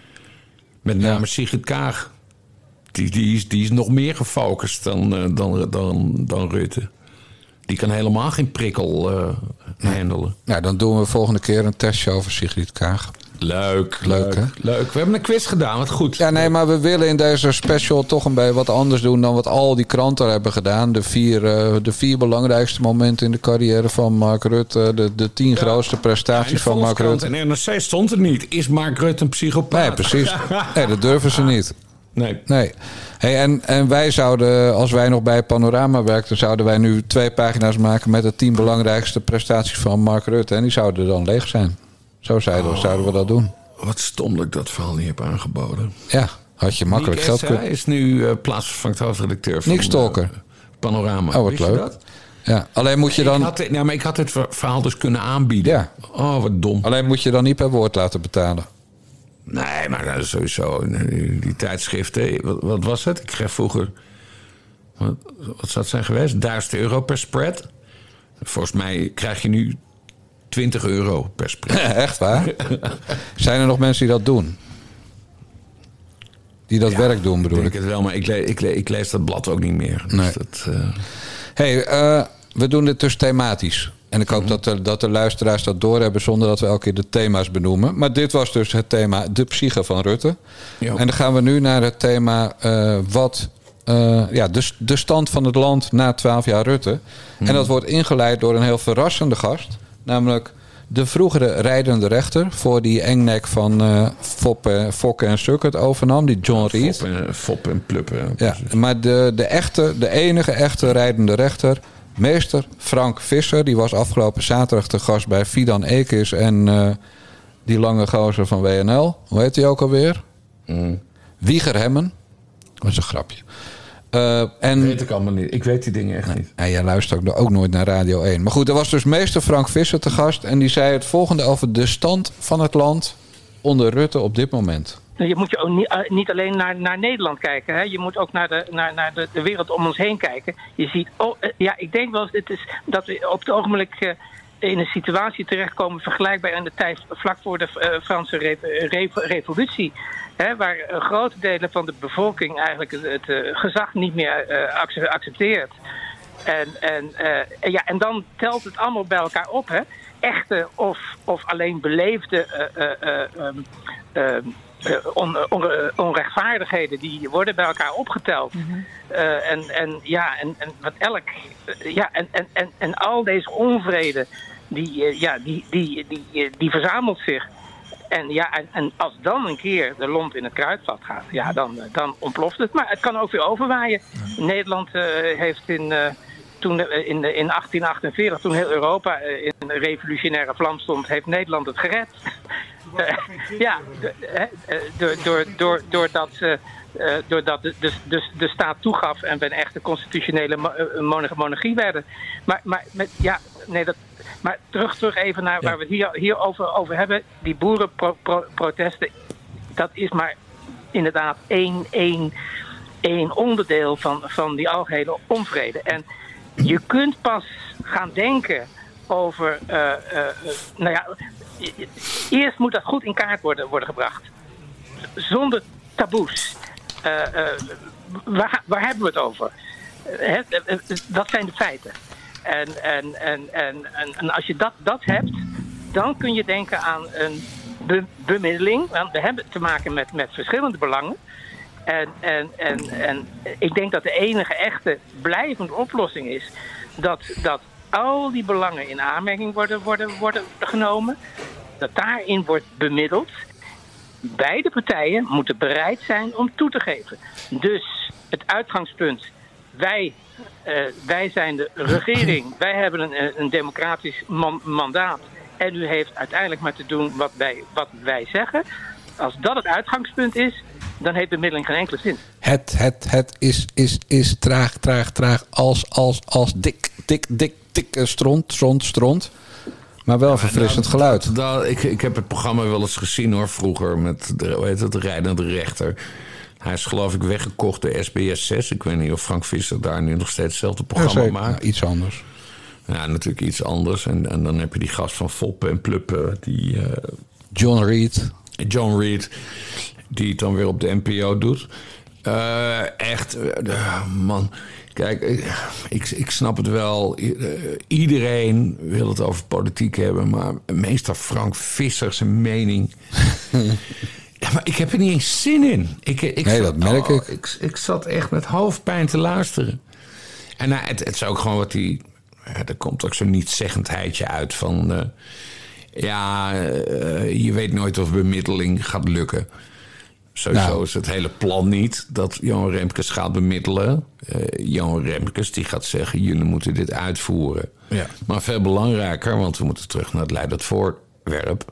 Met name Ja. Sigrid Kaag. Die, die, is, die is nog meer gefocust dan, uh, dan, dan, dan Rutte. Die kan helemaal geen prikkel uh, handelen. Nou, dan doen we volgende keer een testje over Sigrid Kaag. Leuk, Leuk, leuk, hè? leuk. We hebben een quiz gedaan, wat goed. Ja, nee, maar we willen in deze special toch een beetje wat anders doen dan wat al die kranten hebben gedaan. De vier, uh, de vier belangrijkste momenten in de carrière van Mark Rutte. De, de tien grootste prestaties Ja, in de van Mark Volkskrant Rutte. en N R C stond er niet. Is Mark Rutte een psychopaat? Nee, precies. Nee, dat durven ze niet. Nee. Nee. Hey, en, en wij zouden, als wij nog bij Panorama werkten, zouden wij nu twee pagina's maken met de tien belangrijkste prestaties van Mark Rutte. En die zouden dan leeg zijn. Zo zouden, Oh. zouden we dat doen. Wat stom dat ik dat verhaal niet heb aangeboden. Ja, had je makkelijk Nick geld Essa kunnen. is nu uh, plaatsvervangend hoofdredacteur van Nick Stalker. uh, Panorama. Oh, wat Wist je leuk. dat? Ja, alleen moet je Ik dan, had, dit- nou, maar ik had dit verhaal dus kunnen aanbieden. Ja. Oh, wat dom. alleen moet je dan niet per woord laten betalen. Nee, maar dat is sowieso die, die tijdschriften. Wat, wat was het? Ik kreeg vroeger... Wat, wat zou het zijn geweest? duizend euro per spread. Volgens mij krijg je nu twintig euro per spread. Echt waar? Zijn er nog mensen die dat doen? Die dat werk doen, Ik bedoel denk ik. het wel, maar ik, le- ik, le- ik lees dat blad ook niet meer. Dus Nee. dat, uh, Hey, uh, we doen dit dus thematisch. En ik hoop Mhm. dat, de, dat de luisteraars dat doorhebben zonder dat we elke keer de thema's benoemen. Maar dit was dus het thema de psyche van Rutte. Ja. En dan gaan we nu naar het thema uh, wat... Uh, ja, de, de stand van het land na twaalf jaar Rutte. Mhm. En dat wordt ingeleid door een heel verrassende gast. Namelijk de vroegere rijdende rechter voor die engnek van uh, Foppe, Fokke en Sukkert overnam. Die John Reed. Fop en, fop en pluppen. Ja, maar de, de, echte, de enige echte rijdende rechter, meester Frank Visser, die was afgelopen zaterdag te gast bij Fidan Ekis en uh, die lange gozer van W N L. Hoe heet die ook alweer? Mm. Wieger Hemmen. Dat is een grapje. Uh, en, Dat weet ik allemaal niet. Ik weet die dingen echt niet. en jij luistert ook, ook nooit naar Radio één. Maar goed, er was dus meester Frank Visser te gast en die zei het volgende over de stand van het land onder Rutte op dit moment. Je moet je ook niet, uh, niet alleen naar, naar Nederland kijken. Hè? Je moet ook naar, de, naar, naar de, de wereld om ons heen kijken. Je ziet, oh, uh, ja, ik denk wel eens het is dat we op het ogenblik uh, in een situatie terechtkomen vergelijkbaar aan de tijd vlak voor de uh, Franse re- re- revolutie. Hè? Waar uh, grote delen van de bevolking eigenlijk het, het uh, gezag niet meer uh, accepteert. En, en, uh, ja, en dan telt het allemaal bij elkaar op. Hè? Echte of, of alleen beleefde uh, uh, um, uh, Uh, on, on, onrechtvaardigheden die worden bij elkaar opgeteld. Mm-hmm. Uh, en, en ja, en, en wat elk uh, ja, en, en, en, en al deze onvrede die, uh, ja, die, die, die, die, die verzamelt zich. En, ja, en, en als dan een keer de lont in het kruidvat gaat, ja, dan, dan ontploft het. Maar het kan ook weer overwaaien. Nederland uh, heeft in, uh, toen, uh, in, in achttien achtenveertig, toen heel Europa uh, in een revolutionaire vlam stond, heeft Nederland het gered. uh, ja, door, door, door, doordat, uh, uh, doordat de, de, de, de staat toegaf en we een echte constitutionele mo- monarchie werden. Maar, maar met, ja, nee, dat... Maar terug, terug even naar ja. waar we het hier, hier over, over hebben. Die boerenprotesten, dat is maar inderdaad één, één, één onderdeel van, van die algehele onvrede. En je kunt pas gaan denken over... Uh, uh, nou ja, eerst moet dat goed in kaart worden, worden gebracht. Zonder taboes. Uh, uh, waar, waar hebben we het over? Uh, dat zijn de feiten. En, en, en, en, en als je dat, dat hebt, dan kun je denken aan een be- bemiddeling. Want we hebben te maken met, met verschillende belangen. En, en, en, en ik denk dat de enige echte blijvende oplossing is dat, dat al die belangen in aanmerking worden, worden, worden genomen. Dat daarin wordt bemiddeld. Beide partijen moeten bereid zijn om toe te geven. Dus het uitgangspunt, wij... Uh, wij zijn de regering, wij hebben een, een democratisch man, mandaat en u heeft uiteindelijk maar te doen wat wij, wat wij zeggen. Als dat het uitgangspunt is, dan heeft bemiddeling geen enkele zin. Het, het, het is, is, is traag, traag, traag, als, als, als dik, dik, dik, dik, stront, stront, stront. Maar wel ja, verfrissend nou, geluid. Dat, dat, ik, ik heb het programma wel eens gezien hoor, vroeger met de, hoe heet het, de rijdende rechter. Hij is geloof ik weggekocht door S B S zes. Ik weet niet of Frank Visser daar nu nog steeds hetzelfde programma ja, maakt. Ja, iets anders. Ja, natuurlijk iets anders. En, en dan heb je die gast van Foppen en Pluppen. Die, uh, John Reed. John Reed. Die het dan weer op de N P O doet. Uh, echt, uh, man. Kijk, ik, ik snap het wel. Iedereen wil het over politiek hebben. Maar meestal Frank Visser zijn mening... Ja, maar ik heb er niet eens zin in. Ik, ik nee, zat, dat merk oh, ik. ik. Ik zat echt met hoofdpijn te luisteren. En nou, het, het is ook gewoon wat die... Ja, er komt ook zo'n niet-zeggendheidje uit van... Uh, ja, uh, je weet nooit of bemiddeling gaat lukken. Sowieso nou. is het hele plan niet dat Johan Remkes gaat bemiddelen. Uh, Johan Remkes die gaat zeggen, jullie moeten dit uitvoeren. Ja. Maar veel belangrijker, want we moeten terug naar het leidend voorwerp...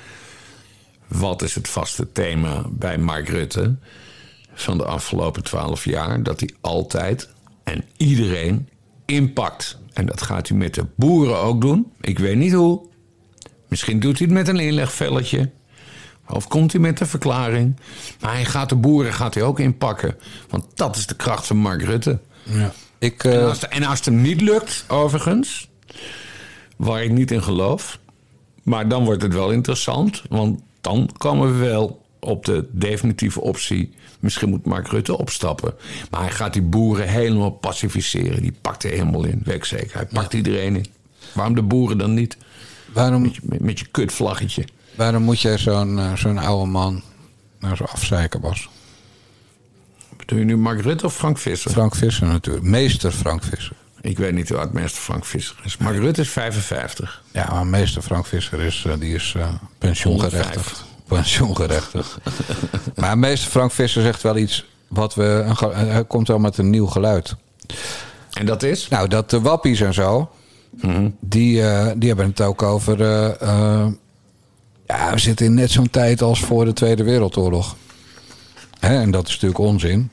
Wat is het vaste thema bij Mark Rutte van de afgelopen twaalf jaar? Dat hij altijd en iedereen inpakt. En dat gaat hij met de boeren ook doen. Ik weet niet hoe. Misschien doet hij het met een inlegvelletje. Of komt hij met een verklaring. Maar hij gaat de boeren gaat hij ook inpakken. Want dat is de kracht van Mark Rutte. Ja. Ik, uh... en, als de, en als het hem niet lukt, overigens... waar ik niet in geloof... maar dan wordt het wel interessant... want dan komen we wel op de definitieve optie... misschien moet Mark Rutte opstappen. Maar hij gaat die boeren helemaal pacificeren. Die pakt er helemaal in, weet ik zeker. Hij pakt ja. iedereen in. Waarom de boeren dan niet? Waarom, met, je, met, met je kutvlaggetje. Waarom moet jij zo'n, uh, zo'n oude man nou zo afzeiken, Bas? Bedoel je nu Mark Rutte of Frank Visser? Frank Visser natuurlijk. Meester Frank Visser. Ik weet niet hoe oud meester Frank Visser is. Mark Rutte is vijfenvijftig. Ja, maar meester Frank Visser is, uh, die is uh, pensioengerechtigd. Pensioengerechtigd. Maar meester Frank Visser zegt wel iets wat we... Een, hij komt wel met een nieuw geluid. En dat is? Nou, dat de wappies en zo... Mm-hmm. Die, uh, die hebben het ook over... Uh, uh, ja, we zitten in net zo'n tijd als voor de Tweede Wereldoorlog. Hè, en dat is natuurlijk onzin.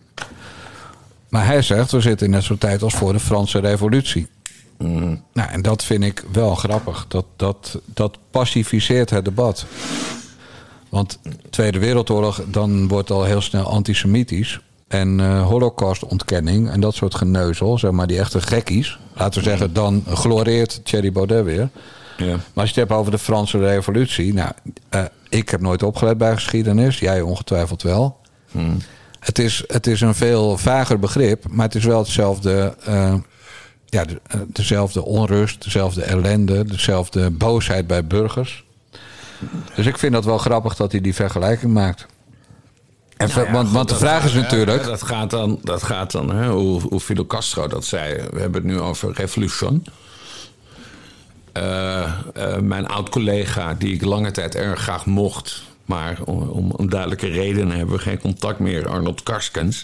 Maar hij zegt, we zitten in net zo'n tijd als voor de Franse Revolutie. Mm. Nou, en dat vind ik wel grappig. Dat, dat, dat pacificeert het debat. Want Tweede Wereldoorlog, dan wordt al heel snel antisemitisch. En uh, holocaustontkenning en dat soort geneuzel, zeg maar die echte gekkies. Laten we zeggen, dan gloreert Thierry Baudet weer. Ja. Maar als je het hebt over de Franse Revolutie... Nou, uh, ik heb nooit opgelet bij geschiedenis. Jij ongetwijfeld wel. Hmm. Het is, het is een veel vager begrip, maar het is wel hetzelfde... Uh, ja, de, uh, dezelfde onrust, dezelfde ellende, dezelfde boosheid bij burgers. Dus ik vind dat wel grappig dat hij die vergelijking maakt. En nou ja, want, goed, want de vraag is natuurlijk... Ja, dat gaat dan, dat gaat dan hè, hoe, hoe Fidel Castro dat zei. We hebben het nu over revolution. Uh, uh, mijn oud-collega, die ik lange tijd erg graag mocht... maar om, om, om duidelijke redenen hebben we geen contact meer... Arnold Karskens...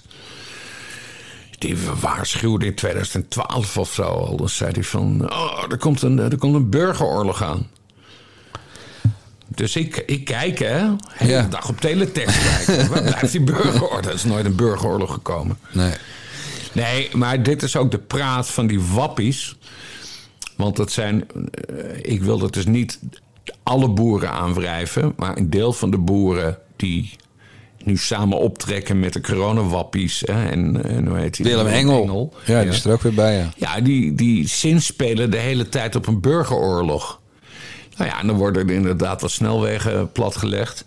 die waarschuwde in twintig twaalf of zo al. Dan zei hij van... oh, er komt een, er komt een burgeroorlog aan. Dus ik, ik kijk, hè. De hele Ja. dag op teletext kijken. Waar blijft die burgeroorlog? Er is nooit een burgeroorlog gekomen. Nee. Nee, maar dit is ook de praat van die wappies. Want dat zijn... Ik wil dat dus niet alle boeren aanwrijven... maar een deel van de boeren die nu samen optrekken met de coronawappies... Hè, en, en hoe heet die? Willem Engel. Ja, die is er ook weer bij, ja. Ja, die, die zinspelen de hele tijd op een burgeroorlog. Nou ja, en dan worden er inderdaad wat snelwegen platgelegd.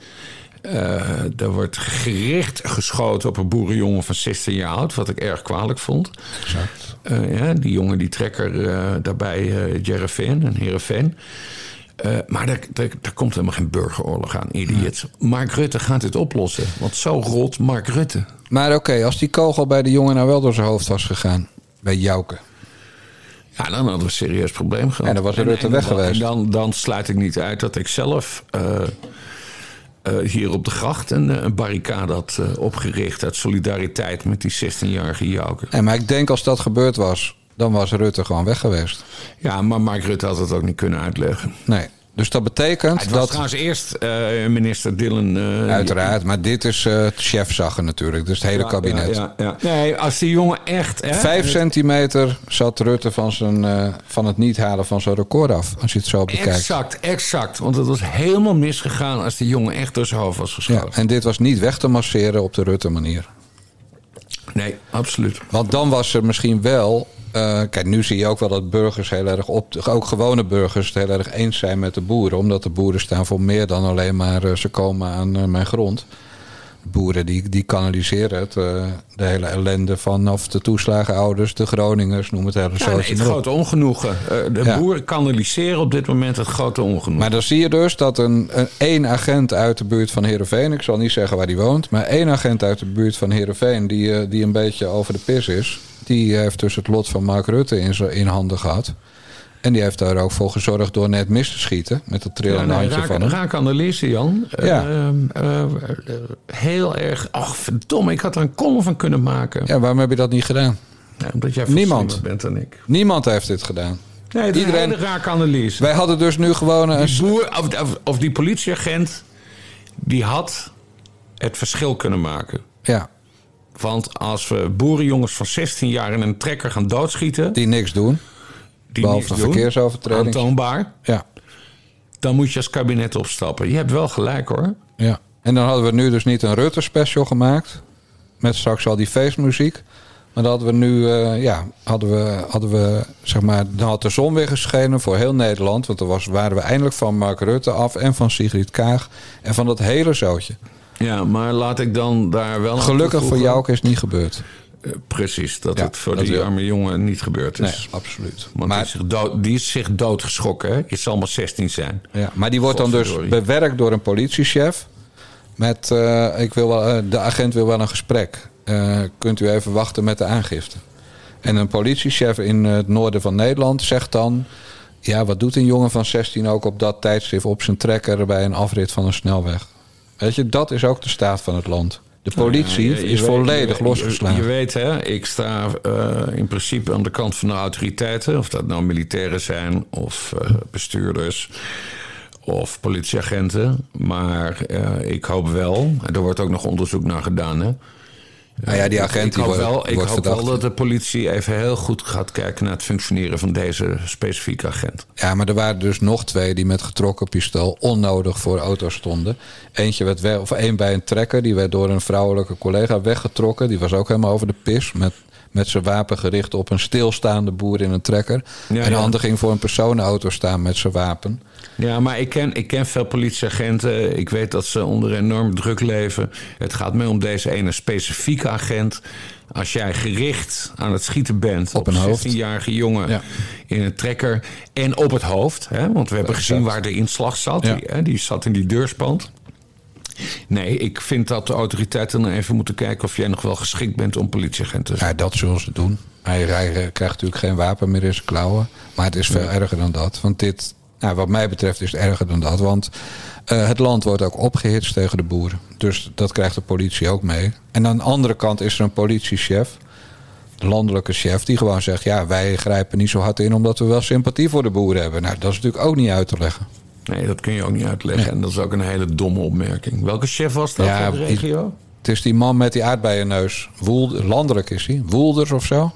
Uh, er wordt gericht geschoten op een boerenjongen van zestien jaar oud... wat ik erg kwalijk vond. Exact. Uh, ja, die jongen, die trekker uh, daarbij uh, Jereveen en Heerenveen. Uh, maar daar, daar, daar komt helemaal geen burgeroorlog aan, idiot. Ja. Mark Rutte gaat dit oplossen. Want zo rolt Mark Rutte. Maar oké, okay, als die kogel bij de jongen nou wel door zijn hoofd was gegaan... bij Jouke... Ja, dan hadden we een serieus probleem gehad. En dan was Rutte en, weg dan, geweest. En dan, dan sluit ik niet uit dat ik zelf uh, uh, hier op de gracht een, een barricade had uh, opgericht... uit solidariteit met die zestienjarige Jouke. En maar ik denk als dat gebeurd was, dan was Rutte gewoon weg geweest. Ja, maar Mark Rutte had het ook niet kunnen uitleggen. Nee. Dus dat betekent ja, het was dat... trouwens eerst uh, minister Dillon... Uh, Uiteraard, maar dit is uh, het chefzaggen natuurlijk. Dus het hele ja, kabinet. Ja, ja, ja. Nee, als die jongen echt... Hè, Vijf centimeter zat Rutte van, zijn, uh, van het niet halen van zijn record af. Als je het zo bekijkt. Exact, exact. Want het was helemaal misgegaan als die jongen echt door zijn hoofd was geschoten. Ja, en dit was niet weg te masseren op de Rutte-manier. Nee, absoluut. Want dan was er misschien wel... Uh, kijk, nu zie je ook wel dat burgers heel erg op... ook gewone burgers het heel erg eens zijn met de boeren. Omdat de boeren staan voor meer dan alleen maar... Uh, ze komen aan uh, mijn grond. De boeren die, die kanaliseren het. Uh, de hele ellende vanaf de toeslagenouders, de Groningers, noem het hele Ja, zo. nee, het grote ongenoegen. Uh, de ja. boeren kanaliseren op dit moment het grote ongenoegen. Maar dan zie je dus dat een, een één agent uit de buurt van Heerenveen... ik zal niet zeggen waar die woont... maar één agent uit de buurt van Heerenveen... die, die een beetje over de pis is... die heeft dus het lot van Mark Rutte in, in handen gehad. En die heeft daar ook voor gezorgd door net mis te schieten... met het trillende ja, nee, handje raak, van hem. Raak analyse, Jan. Ja. Uh, uh, uh, heel erg... Ach, verdomme, ik had er een column van kunnen maken. Ja, waarom heb je dat niet gedaan? Ja, omdat jij Niemand bent dan ik. Niemand heeft dit gedaan. Nee, het is Iedereen, een hele rake analyse. Wij hadden dus nu gewoon... Een... Die boer, of, of, of die politieagent... die had het verschil kunnen maken. Ja. Want als we boerenjongens van zestien jaar in een trekker gaan doodschieten... Die niks doen. Die behalve niks een verkeersovertreding. Aantoonbaar. Ja. Dan moet je als kabinet opstappen. Je hebt wel gelijk, hoor. Ja. En dan hadden we nu dus niet een Rutte-special gemaakt... met straks al die feestmuziek... maar dan hadden we nu, uh, ja, hadden we, hadden we, zeg maar... dan had de zon weer geschenen voor heel Nederland... want dan was, waren we eindelijk van Mark Rutte af... en van Sigrid Kaag en van dat hele zootje. Ja, maar laat ik dan daar wel... Gelukkig voor jou is het niet gebeurd. Uh, precies, dat ja, het voor dat die wil. arme jongen niet gebeurd is. Nee, absoluut. Want maar, die, is zich dood, die is zich doodgeschrokken, hè? Je zal maar zestien zijn. Ja, maar die wordt dan dus bewerkt door een politiechef... met, uh, ik wil wel, uh, de agent wil wel een gesprek. Uh, kunt u even wachten met de aangifte. En een politiechef in het noorden van Nederland zegt dan... ja, wat doet een jongen van zestien ook op dat tijdstip op zijn trekker... bij een afrit van een snelweg? Weet je, dat is ook de staat van het land. De politie ja, je, je is weet, volledig je, losgeslagen. Je, je weet, hè, ik sta uh, in principe aan de kant van de autoriteiten... of dat nou militairen zijn of uh, bestuurders... of politieagenten. Maar uh, ik hoop wel, en er wordt ook nog onderzoek naar gedaan... hè. Nou ja, die agent ik die hoop wordt, wel, ik wordt hoop verdacht. wel dat de politie even heel goed gaat kijken... naar het functioneren van deze specifieke agent. Ja, maar er waren dus nog twee die met getrokken pistool... onnodig voor de auto stonden. Eentje werd weg, of één bij een trekker. Die werd door een vrouwelijke collega weggetrokken. Die was ook helemaal over de pis... met, met zijn wapen gericht op een stilstaande boer in een trekker. Ja, en de ja. ander ging voor een personenauto staan met zijn wapen. Ja, maar ik ken, ik ken veel politieagenten. Ik weet dat ze onder enorm druk leven. Het gaat mij om deze ene specifieke agent. Als jij gericht aan het schieten bent... Op een hoofd. zestienjarige jongen Ja. in een trekker... en op het hoofd. Hè, want we hebben gezien waar de inslag zat. Ja. Die, hè, die zat in die deurspand. Nee, ik vind dat de autoriteiten dan even moeten kijken of jij nog wel geschikt bent om politieagent te zijn. Ja, dat zullen ze doen. Hij, hij krijgt natuurlijk geen wapen meer in zijn klauwen. Maar het is veel ja. erger dan dat. Want dit, nou, wat mij betreft is het erger dan dat. Want uh, het land wordt ook opgehitst tegen de boeren. Dus dat krijgt de politie ook mee. En aan de andere kant is er een politiechef, de landelijke chef, die gewoon zegt, ja, wij grijpen niet zo hard in omdat we wel sympathie voor de boeren hebben. Nou, dat is natuurlijk ook niet uit te leggen. Nee, dat kun je ook niet uitleggen. Nee. En dat is ook een hele domme opmerking. Welke chef was dat ja, van de regio? Het is die man met die aardbeienneus. Woel, landelijk is hij. Woelders of zo.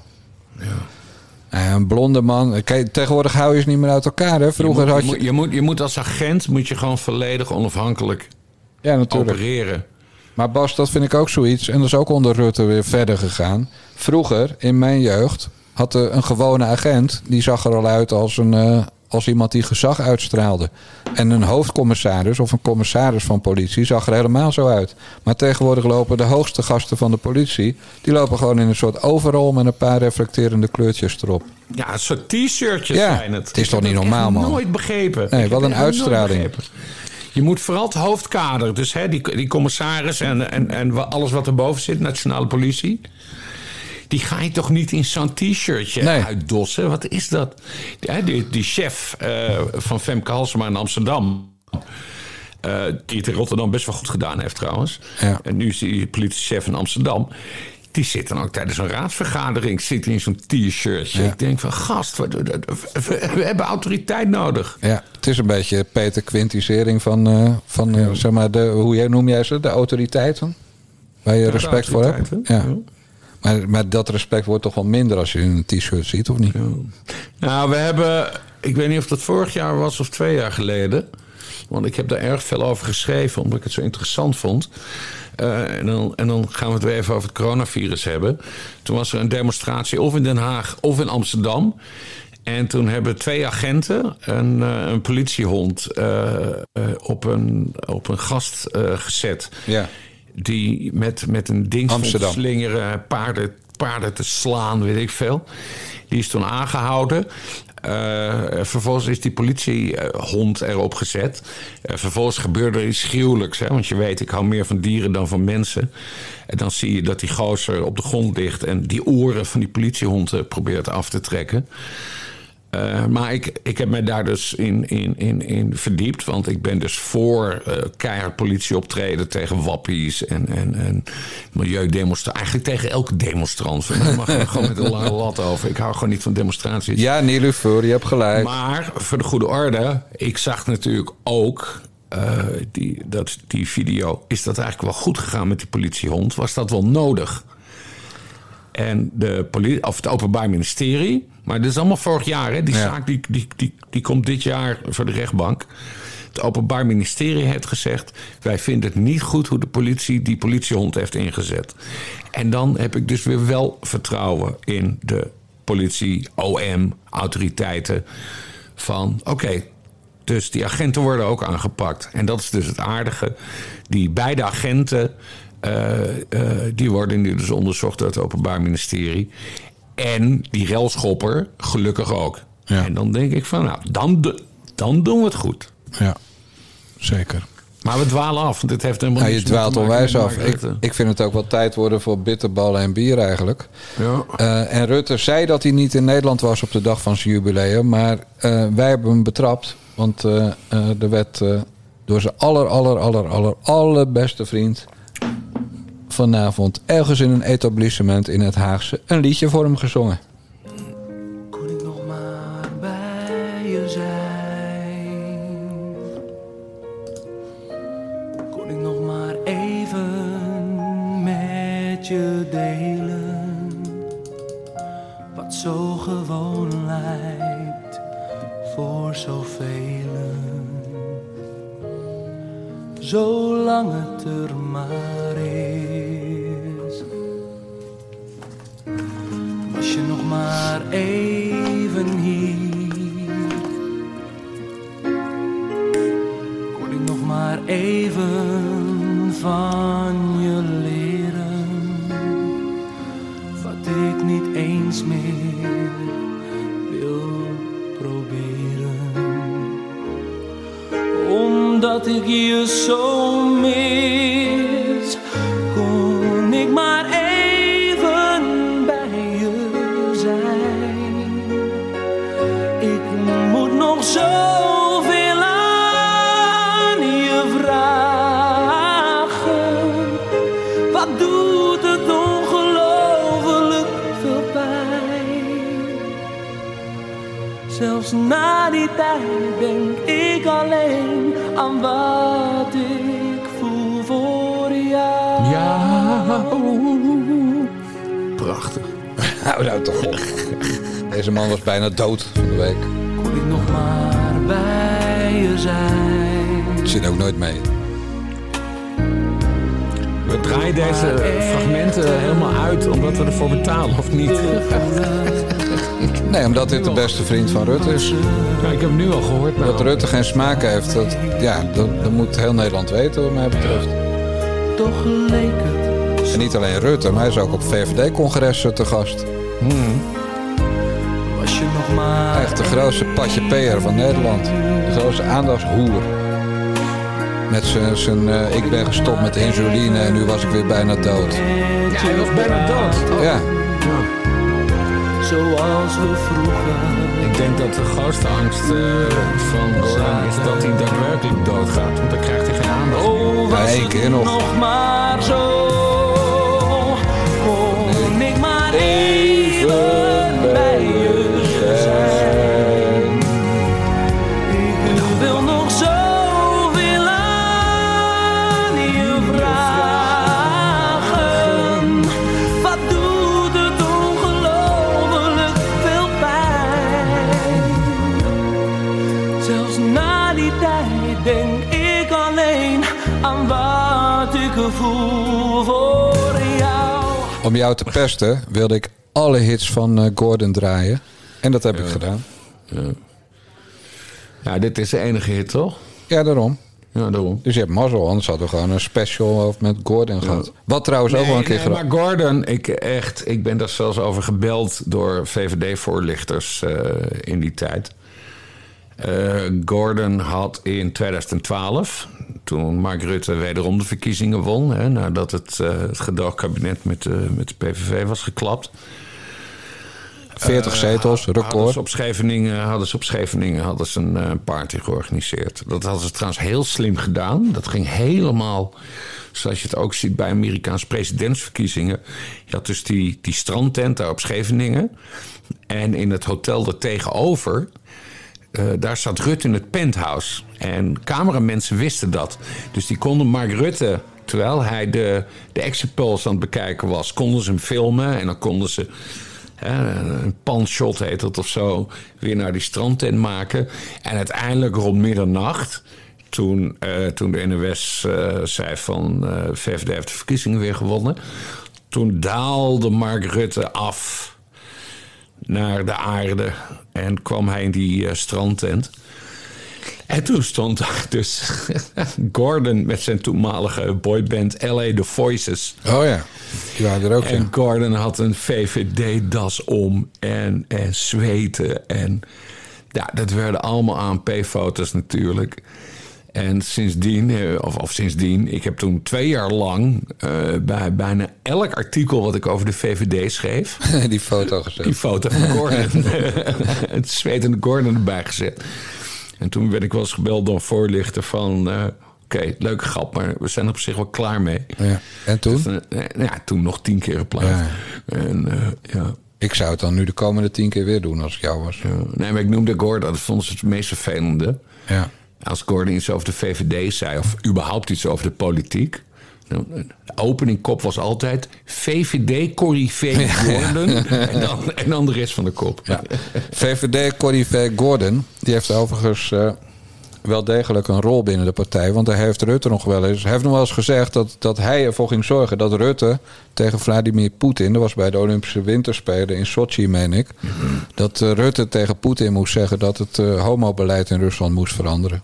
Ja. Een blonde man. Kijk, tegenwoordig hou je ze niet meer uit elkaar. Hè? Vroeger je, moet, had je... Je, moet, je moet als agent moet je gewoon volledig onafhankelijk ja, opereren. Maar Bas, dat vind ik ook zoiets. En dat is ook onder Rutte weer verder gegaan. Vroeger, in mijn jeugd, had een gewone agent, die zag er al uit als een... Uh, als iemand die gezag uitstraalde. En een hoofdcommissaris of een commissaris van politie zag er helemaal zo uit. Maar tegenwoordig lopen de hoogste gasten van de politie, die lopen gewoon in een soort overall met een paar reflecterende kleurtjes erop. Ja, een soort t-shirtjes ja, zijn het. Het is toch niet normaal, man? Ik heb nooit begrepen. Nee, wat een uitstraling. Je moet vooral het hoofdkader, dus hè, die, die commissaris en, en, en alles wat erboven zit, nationale politie. Die ga je toch niet in zo'n t-shirtje nee. uitdossen? Wat is dat? Die, die, die chef uh, van Femke Halsema in Amsterdam, Uh, die het in Rotterdam best wel goed gedaan heeft trouwens. Ja. En nu is die politiechef in Amsterdam. Die zit dan ook tijdens een raadsvergadering zit in zo'n t-shirtje. Ja. Ik denk van gast, we, we, we, we hebben autoriteit nodig. Ja, het is een beetje Peter Quintisering van, uh, van ja. uh, zeg maar, de, hoe noem jij ze? De autoriteiten? Waar je ja, respect voor hebt. Ja. Ja. Maar, maar dat respect wordt toch wel minder als je in een t-shirt ziet, of niet? Ja. Nou, we hebben, ik weet niet of dat vorig jaar was of twee jaar geleden. Want ik heb daar erg veel over geschreven, omdat ik het zo interessant vond. Uh, en, dan, en dan gaan we het weer even over het coronavirus hebben. Toen was er een demonstratie of in Den Haag of in Amsterdam. En toen hebben twee agenten een, uh, een politiehond uh, uh, op, een, op een gast uh, gezet. Ja. Die met, met een ding stond te slingeren, paarden, paarden te slaan, weet ik veel. Die is toen aangehouden. Uh, vervolgens is die politiehond erop gezet. Uh, vervolgens gebeurde er iets gruwelijks. Hè? Want je weet, ik hou meer van dieren dan van mensen. En dan zie je dat die gozer op de grond ligt en die oren van die politiehond uh, probeert af te trekken. Uh, maar ik, ik heb mij daar dus in, in, in, in verdiept. Want ik ben dus voor uh, keihard politieoptreden tegen wappies en, en, en milieudemonstranten. Eigenlijk tegen elke demonstrant. Daar mag je gewoon met een lange lat over. Ik hou gewoon niet van demonstraties. Ja, Nilufer, je hebt gelijk. Maar voor de goede orde, ik zag natuurlijk ook uh, die, dat, die video. Is dat eigenlijk wel goed gegaan met die politiehond? Was dat wel nodig? En de politie, of het Openbaar Ministerie. Maar dit is allemaal vorig jaar. Hè? Die ja. zaak die, die, die, die komt dit jaar voor de rechtbank. Het Openbaar Ministerie heeft gezegd, wij vinden het niet goed hoe de politie die politiehond heeft ingezet. En dan heb ik dus weer wel vertrouwen in de politie, O M, autoriteiten. Van oké, okay, dus die agenten worden ook aangepakt. En dat is dus het aardige. Die beide agenten, Uh, uh, die worden nu dus onderzocht door het Openbaar Ministerie. En die relschopper gelukkig ook. Ja. En dan denk ik van, nou, dan, dan doen we het goed. Ja, zeker. Maar we dwalen af, want dit heeft helemaal ja, niets je dwaalt onwijs af. Ik, ik vind het ook wel tijd worden voor bitterballen en bier eigenlijk. Ja. Uh, en Rutte zei dat hij niet in Nederland was op de dag van zijn jubileum. Maar uh, wij hebben hem betrapt. Want uh, uh, er werd uh, door zijn aller, aller, aller, aller, allerbeste vriend vanavond ergens in een etablissement in het Haagse een liedje voor hem gezongen. Kon ik nog maar bij je zijn? Kon ik nog maar even met je delen? Wat zo gewoon lijkt voor zoveel. Zolang het er maar is. Was je nog maar even hier? Kon ik nog maar even van je leren? Wat ik niet eens meer wil proberen. Omdat dat ik je zo mis. Kon ik maar even bij je zijn. Ik moet nog zoveel aan je vragen. Wat doet het ongelooflijk veel pijn. Zelfs na die tijd denk ik alleen aan wat ik voel voor jou. Ja, prachtig. Nou, nou toch op. Deze man was bijna dood van de week. Kon ik nog maar bij je zijn. Ik zit ook nooit mee. We draaien deze fragmenten helemaal uit omdat we ervoor betalen, of niet? Nee, omdat dit de beste vriend van Rutte is. Ja, ik heb hem nu al gehoord. Nou. Dat Rutte geen smaak heeft, dat, ja, dat, dat moet heel Nederland weten wat mij betreft. Toch leek het. En niet alleen Rutte, maar hij is ook op V V D-congressen te gast. Hmm. Was je nog maar Echt de grootste patje peer van Nederland. De grootste aandachtshoer. Met zijn, zijn uh, ik ben gestopt met insuline en nu was ik weer bijna dood. Ja, hij was bijna dood. Ja. zoals we vroeger. Ik denk dat de grootste angst uh, van Gordon is dat hij daadwerkelijk doodgaat. Want dan krijgt hij geen aandacht meer. Oh, was ja, één keer nog. nog maar zo. Kon ik maar even bij je zijn. Ik wil nog zoveel aan je vragen. Wat doet het ongelooflijk veel pijn. Zelfs na die tijd denk ik alleen aan wat ik voel voor jou. Om jou te pesten wilde ik alle hits van uh, Gordon draaien. En dat heb Ja. ik gedaan. Ja. ja, dit is de enige hit, toch? Ja, daarom. Ja, daarom. Dus je hebt mazzel, anders hadden we gewoon een special over met Gordon gehad. Wat trouwens ook wel een keer nee, gedaan. maar Gordon, ik, echt, ik ben daar zelfs over gebeld door V V D-voorlichters uh, in die tijd. Uh, Gordon had in twintig twaalf, toen Mark Rutte wederom de verkiezingen won, hè, nadat het, uh, het gedoogkabinet met, uh, met de P V V was geklapt. veertig zetels, Uh, Hadden record. ze op Scheveningen, hadden ze op Scheveningen hadden ze een uh, party georganiseerd. Dat hadden ze trouwens heel slim gedaan. Dat ging helemaal, zoals je het ook ziet bij Amerikaanse presidentsverkiezingen. Je had dus die, die strandtent daar op Scheveningen. En in het hotel er tegenover, uh, daar zat Rutte in het penthouse. En cameramensen wisten dat. Dus die konden Mark Rutte, terwijl hij de, de exit polls aan het bekijken was, konden ze hem filmen en dan konden ze een panshot heet het of zo, weer naar die strandtent maken. En uiteindelijk rond middernacht, toen, uh, toen de N O S uh, zei van uh, V V D heeft de verkiezingen weer gewonnen, toen daalde Mark Rutte af naar de aarde en kwam hij in die uh, strandtent. En toen stond daar dus Gordon met zijn toenmalige boyband L A The Voices. Oh ja, die waren er ook, En ja. Gordon had een V V D-das om en, en zweten. En ja, dat werden allemaal A N P-foto's natuurlijk. En sindsdien, of, of sindsdien, ik heb toen twee jaar lang uh, bij bijna elk artikel wat ik over de V V D schreef, Die foto gezet. die foto van Gordon, het zwetende Gordon erbij gezet. En toen ben ik wel eens gebeld door een voorlichter van, uh, oké, okay, leuke grap, maar we zijn er op zich wel klaar mee. Ja. En toen? Dus, uh, ja, toen nog tien keer geplaatst. Ja. En, uh, ja. Ik zou het dan nu de komende tien keer weer doen als ik jou was. Ja. Nee, maar ik noemde Gordon, dat vond ze het meest vervelende. Ja. Als Gordon iets over de V V D zei, of überhaupt iets over de politiek. De openingkop was altijd V V D-corrivee Gordon en, dan, en dan de rest van de kop. Ja. V V D-corrivee Gordon, die heeft overigens uh, wel degelijk een rol binnen de partij. Want hij heeft Rutte nog wel eens... Hij heeft nog wel eens gezegd dat, dat hij ervoor ging zorgen dat Rutte tegen Vladimir Poetin... dat was bij de Olympische Winterspelen in Sochi, meen ik... Mm-hmm. dat uh, Rutte tegen Poetin moest zeggen dat het uh, homobeleid in Rusland moest veranderen.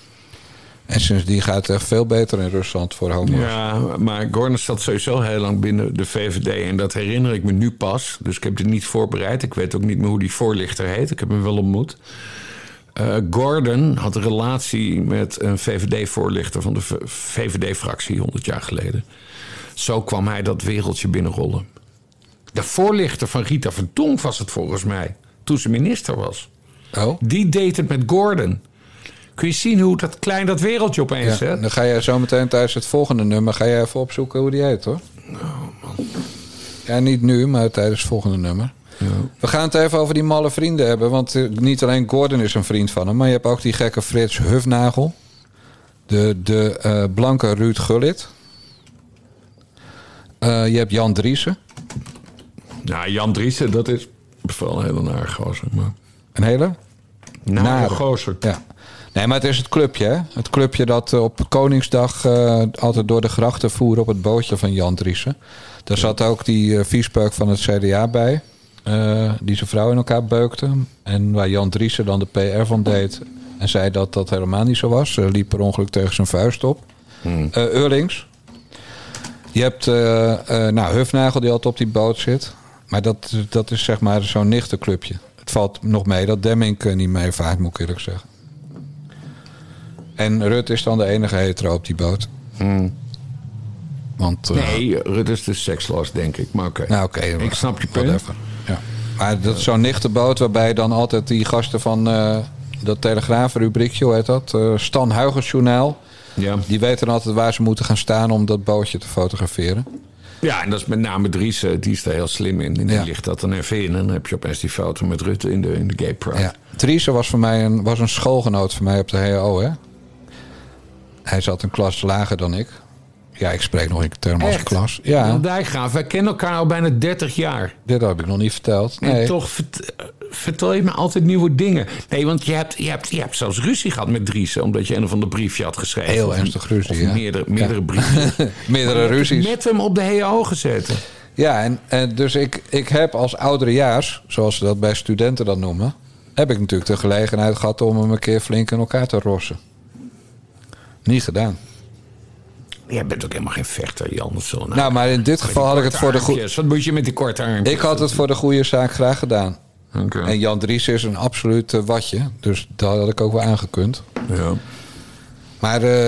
En sindsdien gaat het echt veel beter in Rusland voor homo's. Ja, maar Gordon zat sowieso heel lang binnen de V V D. En dat herinner ik me nu pas. Dus ik heb dit niet voorbereid. Ik weet ook niet meer hoe die voorlichter heet. Ik heb hem wel ontmoet. Uh, Gordon had een relatie met een V V D-voorlichter van de V V D-fractie honderd jaar geleden. Zo kwam hij dat wereldje binnenrollen. De voorlichter van Rita Verdonk was het volgens mij, toen ze minister was. Oh? Die deed het met Gordon. Kun je zien hoe dat klein dat wereldje opeens Ja, hè? dan ga jij zo meteen tijdens het volgende nummer... ga jij even opzoeken hoe die heet, hoor. Oh, man. Ja, niet nu, maar tijdens het volgende nummer. Ja. We gaan het even over die malle vrienden hebben. Want uh, niet alleen Gordon is een vriend van hem... maar je hebt ook die gekke Frits Hufnagel. De, de uh, blanke Ruud Gullit. Uh, je hebt Jan Driessen. Nou, Jan Driessen, dat is vooral een hele nare gozer. Maar... Een hele? Nare, Nare. gozer. Ja. Nee, maar het is het clubje, hè? Het clubje dat uh, op Koningsdag uh, altijd door de grachten voer op het bootje van Jan Driessen. Daar zat ook die uh, viespeuk van het C D A bij. Uh, die zijn vrouw in elkaar beukte. En waar Jan Driessen dan de P R van deed. En zei dat dat helemaal niet zo was. Uh, liep per ongeluk tegen zijn vuist op. Hmm. Uh, Eurlings. Je hebt uh, uh, nou, Hufnagel die altijd op die boot zit. Maar dat, dat is zeg maar zo'n nichtenclubje. Het valt nog mee dat Demmink uh, niet meevaart, moet ik eerlijk zeggen. En Rut is dan de enige hetero op die boot. Hmm. Want, uh, nee, Rut is dus seksloos, denk ik. Maar oké. Okay. Nou, okay, ik snap je punt. Ja. Maar dat is zo'n nichtenboot waarbij dan altijd die gasten van uh, dat Telegraaf-rubriekje, hoe heet dat? Uh, Stan Huygens-journaal. Ja. Die weten altijd waar ze moeten gaan staan om dat bootje te fotograferen. Ja, en dat is met name Driessen, die is er heel slim in. En die ja. ligt dat dan even in. En dan heb je opeens die foto met Rutte in de, in de Gay Pride. Ja. Driessen was voor mij een, was een schoolgenoot van mij op de H O, hè? Hij zat een klas lager dan ik. Ja, ik spreek nog in termen als klas. Ja. Jan Dijkgraaf, wij kennen elkaar al bijna dertig jaar. Dit heb ik nog niet verteld. Nee. En toch vert, vertel je me altijd nieuwe dingen. Nee, want je hebt, je hebt, je hebt zelfs ruzie gehad met Driessen... omdat je een of ander briefje had geschreven. Heel of, ernstig ruzie, of ja. meerdere, meerdere ja. brieven. meerdere ruzies. Met hem op de H O gezeten. Ja, en, en dus ik, ik heb als ouderejaars, zoals ze dat bij studenten dan noemen... heb ik natuurlijk de gelegenheid gehad om hem een keer flink in elkaar te rossen. Niet gedaan. Jij bent ook helemaal geen vechter, Jan. Of zo. Nou, nou, maar in dit geval had ik het voor de goede... Wat moet je met die korte armpjes? Ik had het voor de goede zaak graag gedaan. Okay. En Jan Driessen is een absoluut uh, watje. Dus dat had ik ook wel aangekund. Ja. Maar... Uh,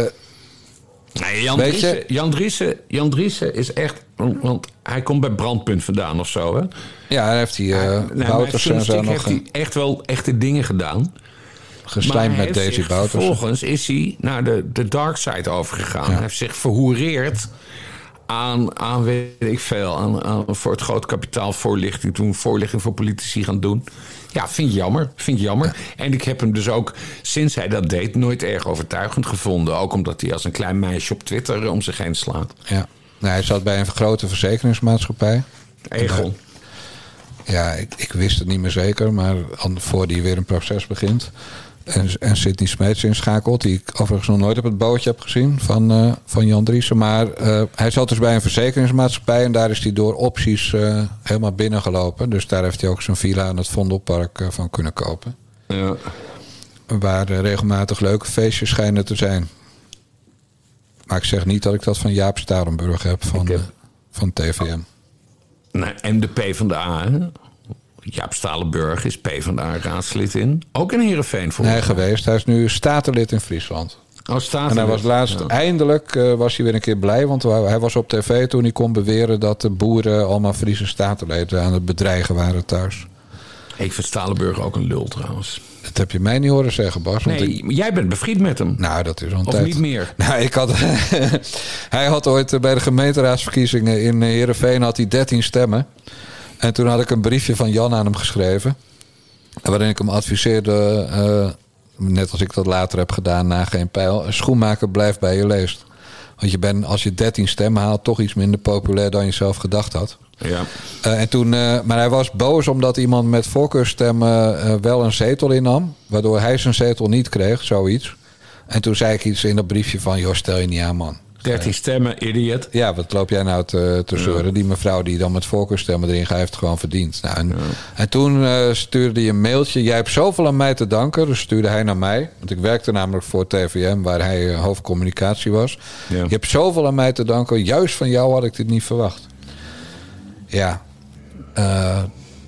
nee, Jan, Driessen, Jan, Driessen, Jan Driessen is echt... Want hij komt bij Brandpunt vandaan of zo, hè? Ja, hij heeft hij... Uh, nee, Wouters en zo nog... heeft hij echt wel echte dingen gedaan. Geslijmd met Daisy Wouters. Vervolgens is hij naar de, de dark side overgegaan. Ja. Hij heeft zich verhoereerd aan, aan weet ik veel, aan, aan voor het groot kapitaal voorlichting. Toen voorlichting voor politici gaan doen. Ja, vind je jammer. Vind je jammer. Ja. En ik heb hem dus ook, sinds hij dat deed, nooit erg overtuigend gevonden. Ook omdat hij als een klein meisje op Twitter om zich heen slaat. Ja, nou, hij zat bij een grote verzekeringsmaatschappij. Egon. Ja, ik, ik wist het niet meer zeker, maar voor die weer een proces begint. En, en Sidney Smeets inschakelt, die ik overigens nog nooit op het bootje heb gezien van, uh, van Jan Driessen. Maar uh, hij zat dus bij een verzekeringsmaatschappij en daar is hij door opties uh, helemaal binnengelopen. Dus daar heeft hij ook zijn villa aan het Vondelpark uh, van kunnen kopen. Ja. Waar uh, regelmatig leuke feestjes schijnen te zijn. Maar ik zeg niet dat ik dat van Jaap Starenburg heb van, heb... Uh, van T V M. Nee, en de PvdA, hè? Jaap Stalenburg is PvdA-raadslid in. Ook in Heerenveen voor. Nee, geweest. Hij is nu statenlid in Friesland. Oh, statenlid. En hij was laatst, ja. eindelijk uh, was hij weer een keer blij. Want hij was op tv toen hij kon beweren dat de boeren allemaal Friese statenleden aan het bedreigen waren thuis. Ik vind Stalenburg ook een lul trouwens. Dat heb je mij niet horen zeggen, Bas. Want nee, ik... jij bent bevriend met hem. Nou, dat is al een of tijd. Of niet meer? Nou, ik had... hij had ooit bij de gemeenteraadsverkiezingen in Heerenveen had hij dertien stemmen. En toen had ik een briefje van Jan aan hem geschreven. Waarin ik hem adviseerde, uh, net als ik dat later heb gedaan na Geen Pijl. Een schoenmaker blijft bij je leest. Want je bent, als je dertien stemmen haalt, toch iets minder populair dan je zelf gedacht had. Ja. Uh, en toen, uh, maar hij was boos omdat iemand met voorkeurstemmen uh, wel een zetel innam. Waardoor hij zijn zetel niet kreeg, zoiets. En toen zei ik iets in dat briefje van, joh, stel je niet aan, man. dertien stemmen, idiot. Ja, wat loop jij nou te, te zeuren? Ja. Die mevrouw die dan met voorkeurstemmen erin gaat, heeft het gewoon verdiend. Nou, en, ja. en toen uh, stuurde hij een mailtje. Jij hebt zoveel aan mij te danken. Dus stuurde hij naar mij. Want ik werkte namelijk voor T V M, waar hij uh, hoofdcommunicatie was. Ja. Je hebt zoveel aan mij te danken. Juist van jou had ik dit niet verwacht. Ja. Uh,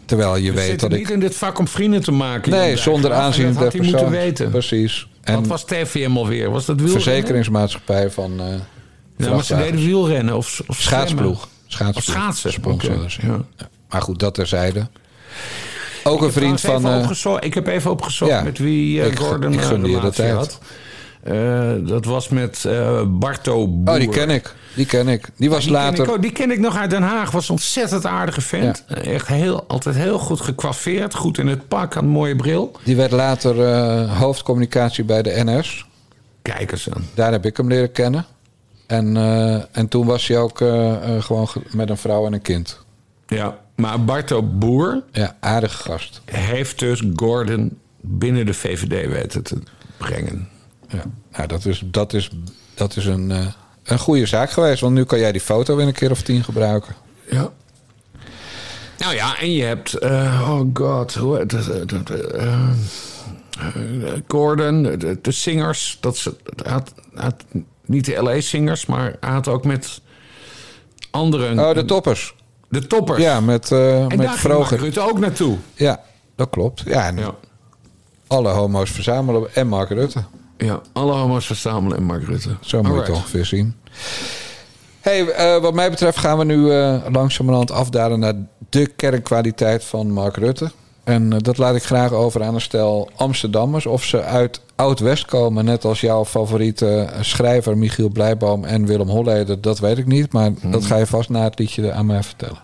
Terwijl je We weet zitten dat niet ik... in dit vak om vrienden te maken. Nee, Jan zonder Dijkgraaf. aanzien En der dat had hij persoon. moeten weten. Precies. En Wat was T V M alweer? Was dat wielrennen? verzekeringsmaatschappij van uh, Ja, maar ze vrachtwagens. deden wielrennen of, of Schaatsploeg. zwemmen. Of schaatsen. Sponsors. Oké, ja. Ja. Maar goed, dat terzijde. Ook Ik een heb vriend trouwens van... even uh, opgezocht- ik heb even opgezocht Ja, met wie uh, ik- Gordon ik een gun die de relatie tijd. had. Uh, dat was met uh, Barto Boer. oh, die ken ik. Die ken ik. Die was Die later... ken, ik ook, die ken ik nog uit Den Haag. Was een ontzettend aardige vent. Echt heel, altijd heel goed gekwaffeerd. Goed in het pak. Had een mooie bril. Die werd later uh, hoofdcommunicatie bij de N S. Kijk eens aan. Daar heb ik hem leren kennen. En, uh, en toen was hij ook uh, uh, gewoon ge- met een vrouw en een kind. Ja, maar Barto Boer Ja, aardige gast. heeft dus Gordon binnen de V V D weten te brengen. Ja. Nou, dat is, dat is, dat is een, uh, een goede zaak geweest. Want nu kan jij die foto weer een keer of tien gebruiken. Ja. Nou ja, en je hebt... Uh, oh god, hoe... heet het, uh, uh, uh, Gordon, de, de zingers. Dat ze, had, had niet de L A-zingers, maar hij had ook met anderen... Oh, de toppers. De toppers. Ja, met, uh, en met daar ging Vroger. Mark Rutte ook naartoe. Ja, dat klopt. Ja, en Ja. alle homo's verzamelen en Mark Rutte. Ja, alle homo's verzamelen en Mark Rutte. Zo moet je Alright. het ongeveer zien. Hey, uh, wat mij betreft gaan we nu uh, langzamerhand afdalen naar de kernkwaliteit van Mark Rutte. En uh, dat laat ik graag over aan een stel Amsterdammers. Of ze uit Oud-West komen, net als jouw favoriete schrijver Michiel Blijboom en Willem Holleder, dat weet ik niet. Maar Hmm. dat ga je vast na het liedje aan mij vertellen.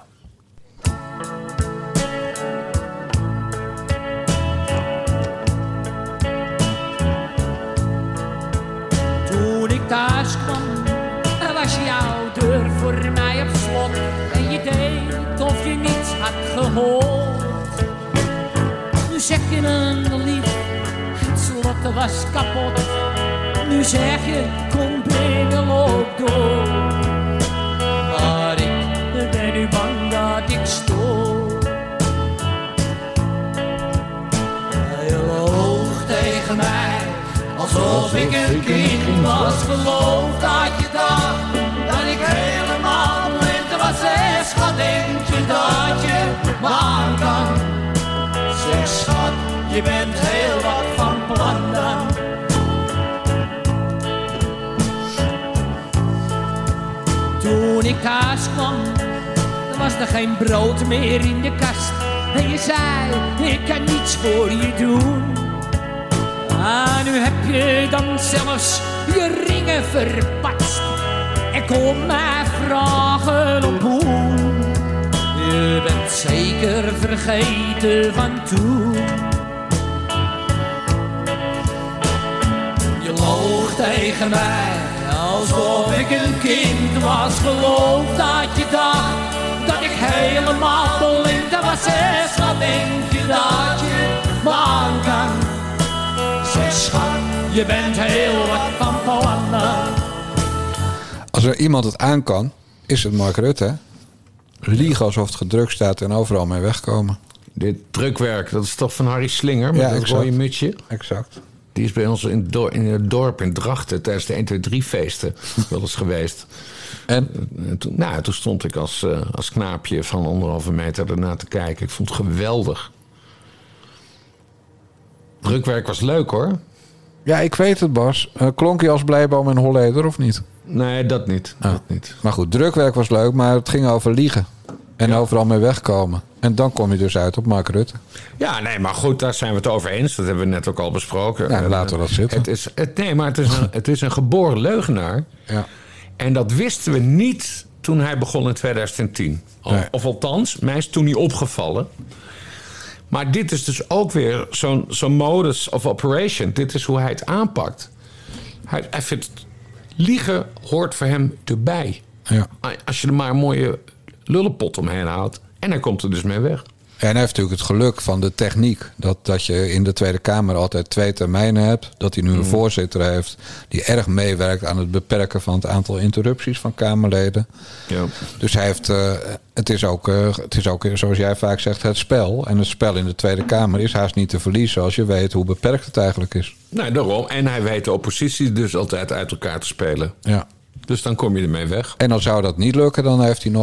Toen ik thuis kwam, was jouw deur voor mij op slot. En je deed of je niets had gehoord. Nu zeg je een lief, het slot was kapot. Nu zeg je, kom binnen, loop door. Maar ik ben nu bang dat ik stoor. Je loog tegen mij, alsof ik een kind was. Geloof dat je dacht dat ik helemaal blind was. Zeg schat, denk je dat je me aan kan? Zeg schat, je bent heel wat van plan dan. Toen ik thuis kwam, er was er geen brood meer in de kast. En je zei, ik kan niets voor je doen. Ah, nu heb je dan zelfs je ringen verpatst. En kom mij vragen op hoe. Je bent zeker vergeten van toen. Je loog tegen mij, alsof ik een kind was. Geloof dat je dacht dat ik helemaal blind was. Zeg, wat denk je dat je me aan kan? Zeg schat, je bent heel wat van plan. Als er iemand het aan kan, is het Mark Rutte. Hè? Liegen alsof het gedrukt staat en overal mee wegkomen. Dit drukwerk, dat is toch van Harry Slinger met Ja, dat exact. rode mutsje? Exact. Die is bij ons in het, dor- in het dorp in Drachten tijdens de een twee drie feesten wel eens geweest. En En toen, nou, toen stond ik als, uh, als knaapje van anderhalve meter ernaar te kijken. Ik vond het geweldig. Drukwerk was leuk hoor. ja, ik weet het, Bas. Uh, klonk je als Blijboom en Holleder of niet? Nee, dat niet. Oh. Dat niet. Maar goed, drukwerk was leuk, maar het ging over liegen. En overal mee wegkomen. En dan kom je dus uit op Mark Rutte. Ja, nee, maar goed, daar zijn we het over eens. Dat hebben we net ook al besproken. Nou, En, laten we dat uh, zitten. Het is, het, nee, maar het is, een, het is een geboren leugenaar. Ja. En dat wisten we niet toen hij begon in tweeduizend tien. Al- Nee. Of althans, mij is toen niet opgevallen. Maar dit is dus ook weer zo'n zo'n modus of operation. Dit is hoe hij het aanpakt. Hij, hij vindt liegen hoort voor hem erbij. Ja. Als je er maar een mooie lullenpot omheen houdt. En hij komt er dus mee weg. En hij heeft natuurlijk het geluk van de techniek. Dat, dat je in de Tweede Kamer altijd twee termijnen hebt. Dat hij nu een voorzitter heeft die erg meewerkt aan het beperken van het aantal interrupties van Kamerleden. Ja. Dus hij heeft, uh, het, is ook, uh, het is ook, zoals jij vaak zegt, het spel. En het spel in de Tweede Kamer is haast niet te verliezen als je weet hoe beperkt het eigenlijk is. Nou, daarom. En hij weet de oppositie dus altijd uit elkaar te spelen. Ja. Dus dan kom je ermee weg. En dan zou dat niet lukken, dan heeft hij nog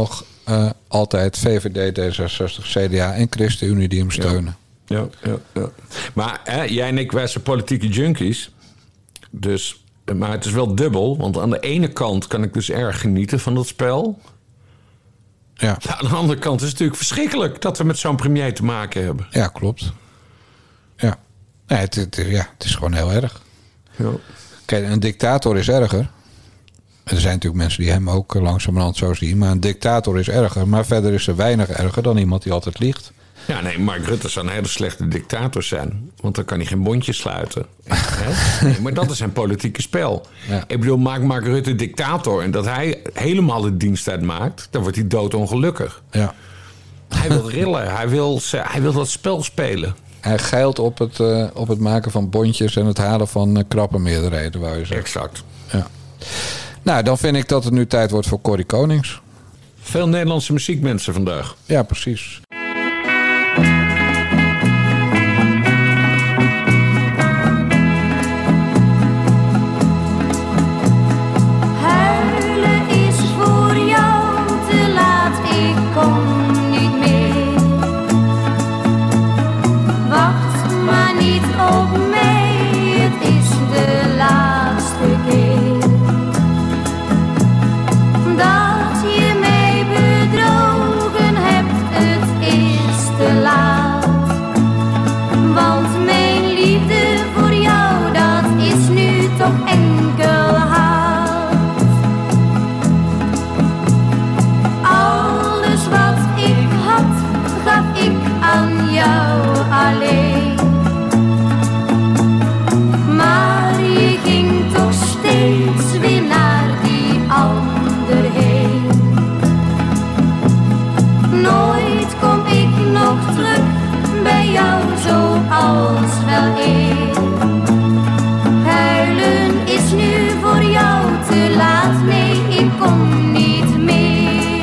uh, altijd V V D, D zesenzestig, C D A en ChristenUnie die hem steunen. Ja, ja, ja. Maar hè, jij en ik, wij zijn politieke junkies. Dus, maar het is wel dubbel. Want aan de ene kant kan ik dus erg genieten van dat spel. Ja. Ja, aan de andere kant is het natuurlijk verschrikkelijk dat we met zo'n premier te maken hebben. Ja, klopt. Ja, nee, het, het, ja, het is gewoon heel erg. Ja. Kijk, een dictator is erger. Er zijn natuurlijk mensen die hem ook langzamerhand zo zien. Maar een dictator is erger. Maar verder is er weinig erger dan iemand die altijd liegt. Ja, nee, Mark Rutte zou een hele slechte dictator zijn. Want dan kan hij geen bondjes sluiten. Nee, maar dat is zijn politieke spel. Ja. Ik bedoel, maak Mark Rutte dictator... en dat hij helemaal de dienst uitmaakt... dan wordt hij doodongelukkig. Ja. Hij wil rillen. Hij wil, hij wil dat spel spelen. Hij geilt op het, uh, op het maken van bondjes... en het halen van uh, krappe meerderheden, wou je zeggen. Exact. Ja. Nou, dan vind ik dat het nu tijd wordt voor Corrie Konings. Veel Nederlandse muziekmensen vandaag. Ja, precies. Huilen is voor jou te laat, ik kom niet meer. Wacht maar niet op mij, het is de laatste keer. Dat je mij bedrogen hebt, het is te laat. Want mijn liefde voor jou, dat is nu toch enkel haat. Alles wat ik had, gaf ik aan jou alleen. Maar je ging toch steeds weer naar die ander heen. Nooit kom ik nog terug bij jou zoals wel eer. Huilen is nu voor jou te laat, nee, ik kom niet meer.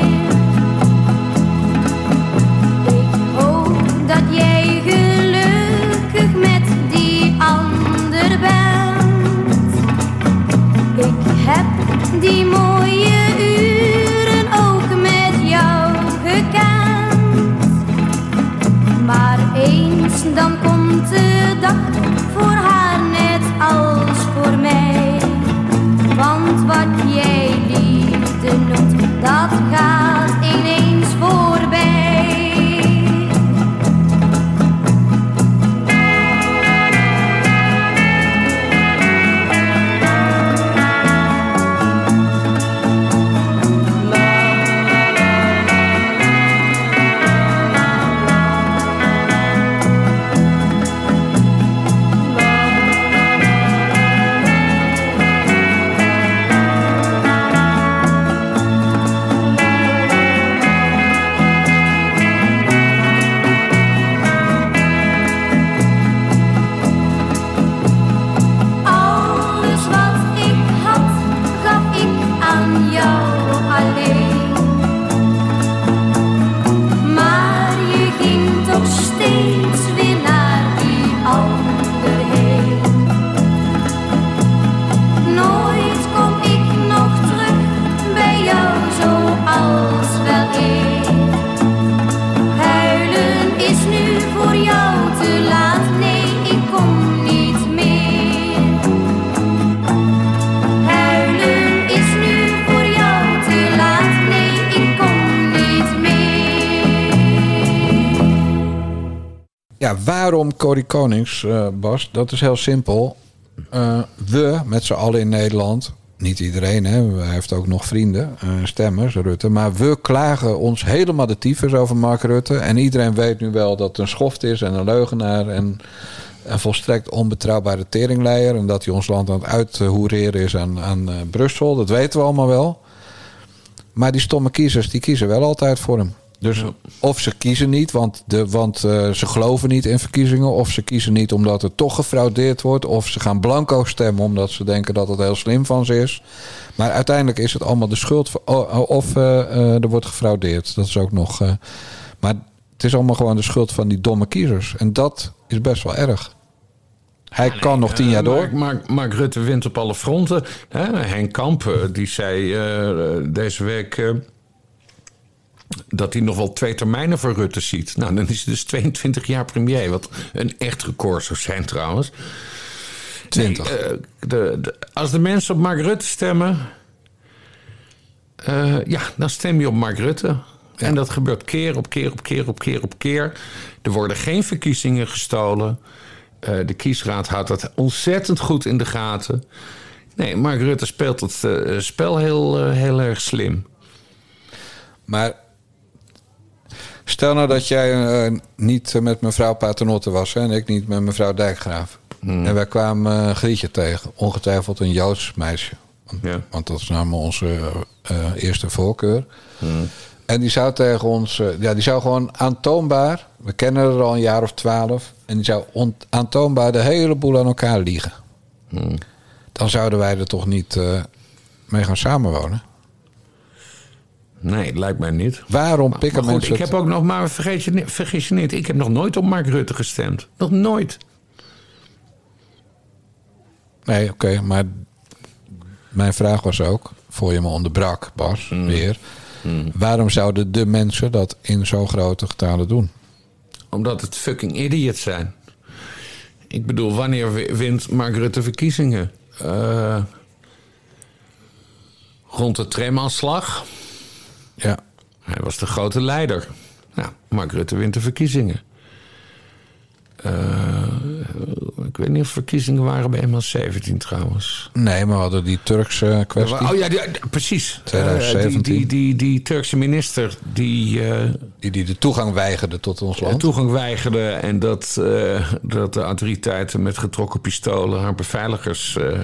Ik hoop dat jij gelukkig met die ander bent. Ik heb die mooie uren ook met jou gekend. Maar eens dan komt de dag voor haar net als voor mij. Want wat jij liefde noemt, dat gaat ineens voorbij. Alles wat ik had, gaf ik aan jou alleen. Maar je ging toch steeds weer naar die ander heen. Nooit kom ik nog terug bij jou zoals wel eer. Huilen is nu voor jou te laat, nee, ik kom niet meer. Huilen is nu voor jou te laat, nee, ik kom niet meer. Ja, waarom Corrie Konings, uh, Bas? Dat is heel simpel. Uh, we, met z'n allen in Nederland... niet iedereen, hè, hij heeft ook nog vrienden, uh, stemmers, Rutte... maar we klagen ons helemaal de tyfus over Mark Rutte... en iedereen weet nu wel dat het een schoft is en een leugenaar... en een volstrekt onbetrouwbare teringleier... en dat hij ons land aan het uithoereren is aan, aan uh, Brussel. Dat weten we allemaal wel. Maar die stomme kiezers, die kiezen wel altijd voor hem. Dus of ze kiezen niet, want, de, want uh, ze geloven niet in verkiezingen... of ze kiezen niet omdat er toch gefraudeerd wordt... of ze gaan blanco stemmen omdat ze denken dat het heel slim van ze is. Maar uiteindelijk is het allemaal de schuld... van, of uh, uh, er wordt gefraudeerd. Dat is ook nog... Uh, maar het is allemaal gewoon de schuld van die domme kiezers. En dat is best wel erg. Hij Ja, nee, kan nog tien jaar uh, door. Mark, Mark, Mark Rutte wint op alle fronten. Hè? Henk Kamp, die zei uh, deze week... Uh, dat hij nog wel twee termijnen voor Rutte ziet. Nou, dan is hij dus tweeëntwintig jaar premier. Wat een echt record zou zijn trouwens. twintig. Nee, uh, de, de, als de mensen op Mark Rutte stemmen... Uh, ja, dan stem je op Mark Rutte. Ja. En dat gebeurt keer op keer op keer op keer op keer. Er worden geen verkiezingen gestolen. Uh, de kiesraad houdt dat ontzettend goed in de gaten. Nee, Mark Rutte speelt het uh, spel heel, uh, heel erg slim. Maar stel nou dat jij uh, niet met mevrouw Paternotte was... Hè, en ik niet met mevrouw Dijkgraaf. Hmm. En wij kwamen uh, Grietje tegen. Ongetwijfeld een Joods meisje. Want, ja. want dat is namelijk onze uh, eerste voorkeur. Hmm. En die zou tegen ons... Uh, ja, die zou gewoon aantoonbaar... We kennen er al een jaar of twaalf... En die zou on, aantoonbaar de hele boel aan elkaar liegen. Hmm. Dan zouden wij er toch niet uh, mee gaan samenwonen? Nee, het lijkt mij niet. Waarom pikken maar, maar goed, mensen... Ik heb ook nog maar, vergeet je, vergis je niet... Ik heb nog nooit op Mark Rutte gestemd. Nog nooit. Nee, oké, okay, maar... Mijn vraag was ook... Voor je me onderbrak, Bas, mm. weer... Mm. Waarom zouden de mensen dat in zo'n grote getalen doen? Omdat het fucking idiots zijn. Ik bedoel, wanneer wint Mark Rutte verkiezingen? Uh, rond de tramaanslag. Ja. Hij was de grote leider. Nou, Mark Rutte wint de verkiezingen. Uh, ik weet niet of verkiezingen waren bij M L zeventien trouwens. Nee, maar we hadden die Turkse kwestie. Oh ja, die, precies. twintig zeventien. Uh, die, die, die, die Turkse minister die... Uh, die, die de toegang weigerde tot ons land. De toegang weigerde en dat, uh, dat de autoriteiten met getrokken pistolen haar beveiligers uh,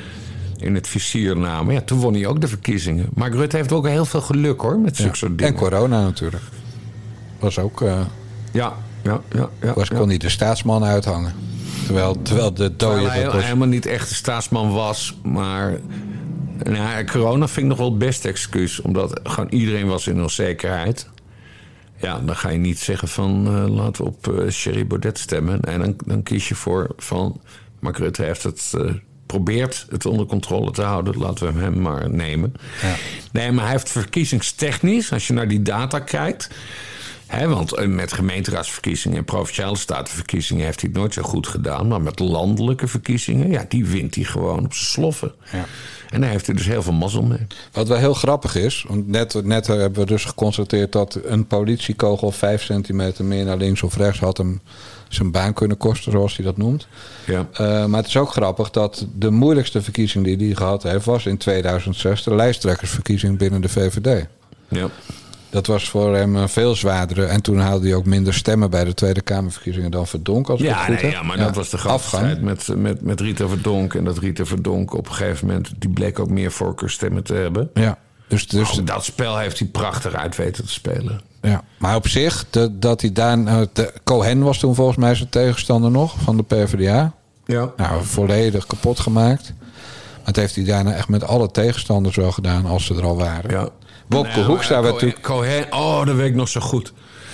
in het vizier namen. Ja, toen won hij ook de verkiezingen. Mark Rutte heeft ook heel veel geluk hoor, met zulke ja. soort dingen. En corona natuurlijk. Was ook... Uh, ja. Ja, ja, ja, was, kon ja. hij de staatsman uithangen. Terwijl, terwijl de dode... Terwijl hij was... helemaal niet echt de staatsman was. Maar nou, corona vind ik nog wel het beste excuus. Omdat gewoon iedereen was in onzekerheid. Ja, dan ga je niet zeggen van... Uh, laten we op uh, Thierry Baudet stemmen. En dan, dan kies je voor van... Mark Rutte heeft het... Uh, probeert het onder controle te houden. Laten we hem maar nemen. Ja. Nee, maar hij heeft verkiezingstechnisch... Als je naar die data kijkt... He, want met gemeenteraadsverkiezingen en provinciale statenverkiezingen heeft hij het nooit zo goed gedaan. Maar met landelijke verkiezingen, ja, die wint hij gewoon op zijn sloffen. Ja. En daar heeft hij dus heel veel mazzel mee. Wat wel heel grappig is, want net, net hebben we dus geconstateerd dat een politiekogel vijf centimeter meer naar links of rechts had hem zijn baan kunnen kosten, zoals hij dat noemt. Ja. Uh, maar het is ook grappig dat de moeilijkste verkiezing die hij gehad heeft was in tweeduizend zes de lijsttrekkersverkiezing binnen de V V D. Ja. Dat was voor hem een veel zwaardere. En toen haalde hij ook minder stemmen bij de Tweede Kamerverkiezingen dan Verdonk. Als ik ja, het goed nee, heb. ja, maar ja. dat was de grote strijd met, met, met Rita Verdonk. En dat Rita Verdonk op een gegeven moment... die bleek ook meer voorkeurstemmen te hebben. Ja, dus, dus oh, dat spel heeft hij prachtig uit weten te spelen. Ja, maar op zich, de, dat hij daar... De, Cohen was toen volgens mij zijn tegenstander nog van de P v d A. Ja. Nou, volledig kapot gemaakt. Maar het heeft hij daarna echt met alle tegenstanders wel gedaan als ze er al waren. Ja. Wopke nee, Hoekstra werd natuurlijk... Cohen, oh, dat weet ik nog zo goed.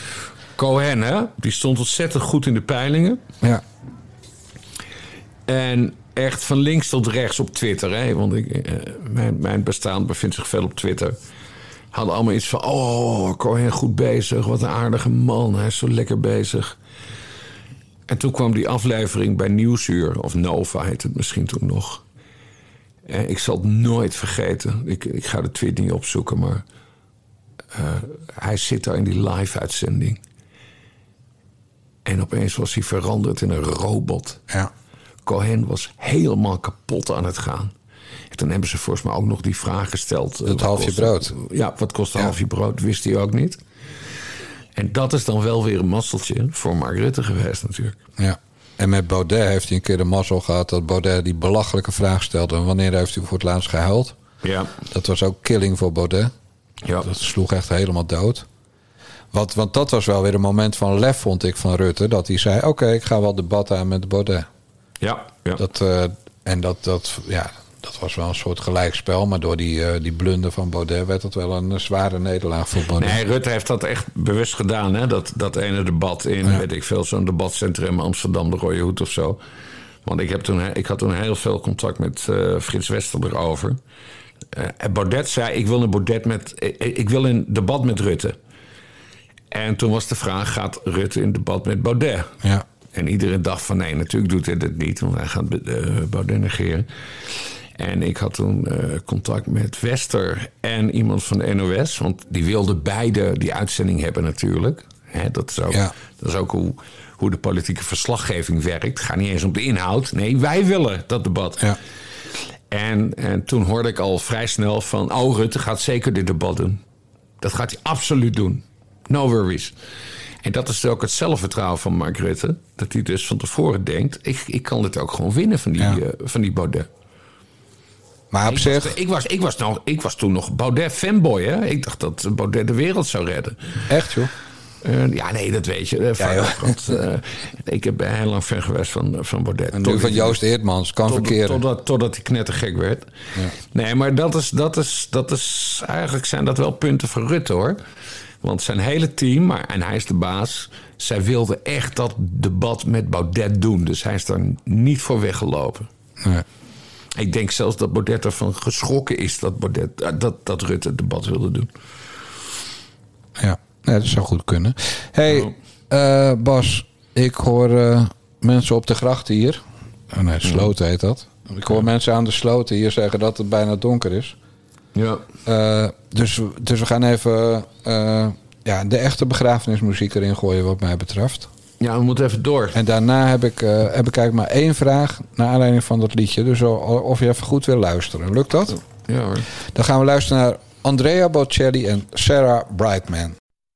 Cohen, hè? Die stond ontzettend goed in de peilingen. Ja. En echt van links tot rechts op Twitter, hè? Want ik, eh, mijn, mijn bestaan bevindt zich veel op Twitter. Hadden allemaal iets van... Oh, Cohen goed bezig. Wat een aardige man. Hij is zo lekker bezig. En toen kwam die aflevering bij Nieuwsuur. Of Nova heet het misschien toen nog. En ik zal het nooit vergeten. Ik, ik ga de tweet niet opzoeken, maar... Uh, hij zit daar in die live-uitzending. En opeens was hij veranderd in een robot. Ja. Cohen was helemaal kapot aan het gaan. En toen hebben ze volgens mij ook nog die vraag gesteld. Het halfje kost, brood. Ja, wat kost een ja. halfje brood? Wist hij ook niet. En dat is dan wel weer een mazzeltje voor Mark Rutte geweest natuurlijk. Ja. En met Baudet heeft hij een keer de mazzel gehad... dat Baudet die belachelijke vraag stelde... en wanneer heeft hij voor het laatst gehuild? Ja. Dat was ook killing voor Baudet. Ja. Dat sloeg echt helemaal dood. Want, want dat was wel weer een moment van lef, vond ik, van Rutte... dat hij zei, oké, okay, ik ga wel debat aan met Baudet. Ja. ja. Dat, uh, en dat, dat, ja, dat was wel een soort gelijkspel... maar door die, uh, die blunder van Baudet... werd dat wel een zware nederlaag voor Baudet. Nee, Rutte heeft dat echt bewust gedaan, hè? Dat, dat ene debat in, ja. weet ik veel... zo'n debatcentrum Amsterdam, de Rode Hoed of zo. Want ik, heb toen, ik had toen heel veel contact met uh, Frits Wester erover... Uh, Baudet zei, ik wil een Baudet met, ik, ik wil een debat met Rutte. En toen was de vraag, gaat Rutte in debat met Baudet? Ja. En iedereen dacht van nee, natuurlijk doet hij dat niet, want hij gaat uh, Baudet negeren. En ik had toen uh, contact met Wester en iemand van de N O S, want die wilden beide die uitzending hebben natuurlijk. Hè, dat, is ook, Ja. dat is ook hoe, hoe de politieke verslaggeving werkt. Het gaat niet eens om de inhoud. Nee, wij willen dat debat. Ja. En, en toen hoorde ik al vrij snel van, oh, Rutte gaat zeker dit debat doen. Dat gaat hij absoluut doen. No worries. En dat is ook het zelfvertrouwen van Mark Rutte. Dat hij dus van tevoren denkt, ik, ik kan dit ook gewoon winnen van die, Ja. uh, van die Baudet. Maar op Ik zich... was, ik, was, ik, was nog, ik was toen nog Baudet-fanboy, hè? Ik dacht dat Baudet de wereld zou redden. Echt, joh? Uh, ja, nee, dat weet je. Uh, Ja, joh. want, uh, ik ben heel lang fan geweest van, van Baudet. En nu Totdat van hij- Joost Eertmans. Kan tot- verkeren. Totdat, totdat hij knettergek werd. Ja. Nee, maar dat is, dat, is, dat is... Eigenlijk zijn dat wel punten voor Rutte, hoor. Want zijn hele team, maar, en hij is de baas... zij wilden echt dat debat met Baudet doen. Dus hij is daar niet voor weggelopen. Nee. Ik denk zelfs dat Baudet ervan geschrokken is... dat, Baudet, dat, dat Rutte het debat wilde doen. Ja, nee, dat zou goed kunnen. Hey, eh, Bas, ik hoor uh, mensen op de gracht hier. Oh nee, sloten heet dat. Ik hoor mensen aan de sloten hier zeggen dat het bijna donker is. Ja. Uh, dus, dus we gaan even uh, ja, de echte begrafenismuziek erin gooien wat mij betreft. Ja, we moeten even door. En daarna heb ik, uh, heb ik eigenlijk maar één vraag naar aanleiding van dat liedje. Dus of je even goed wil luisteren. Lukt dat? Ja, hoor. Dan gaan we luisteren naar Andrea Bocelli en Sarah Brightman.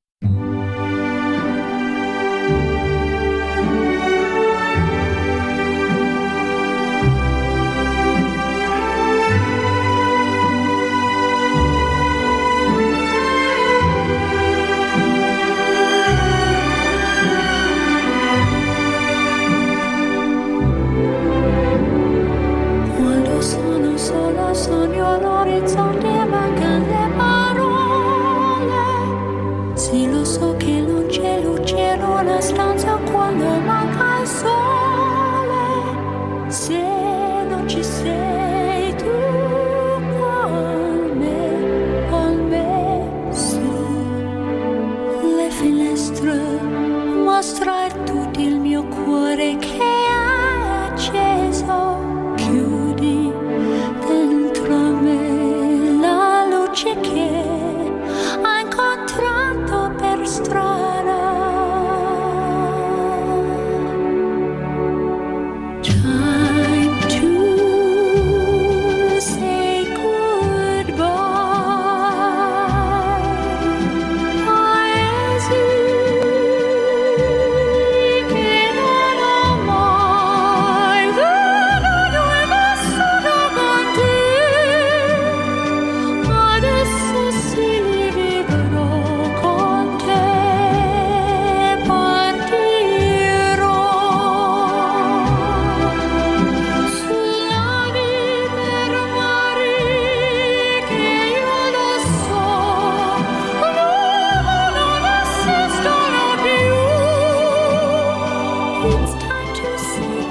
Quando sono sola sogno l'orizzonte e mancano le parole. Sì, lo so che non c'è luce in una stanza quando manca il sole. Se non ci sei tu con me, con me su le finestre mostra tutto il mio cuore che è acceso. Chiudi dentro me la luce che ho incontrato per strada. Time to say goodbye. Paesi che non ho mai veduto e vissuto con te. Adesso sì vivrò con te, partirò sulla via per mari che io lo so, non esistono più. It's time to say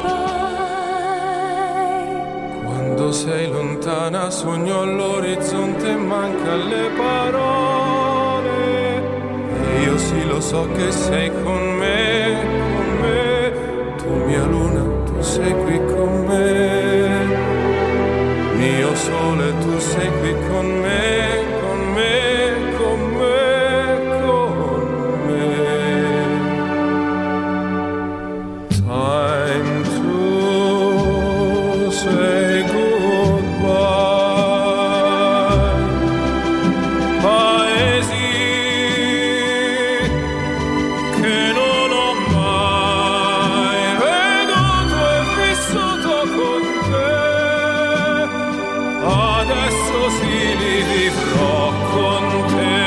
goodbye. Quando sei lontana sogno all'orizzonte e manca le parole. E io sì lo so che sei con me, con me. Tu mia luna, tu sei qui con me. Mio sole, tu sei qui con me, con me, con me, con me. Time to say goodbye. Paesi che non ho mai veduto e vissuto con te. Adesso sì li vivrò con te.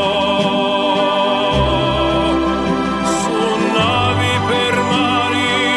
Partirò su navi per mari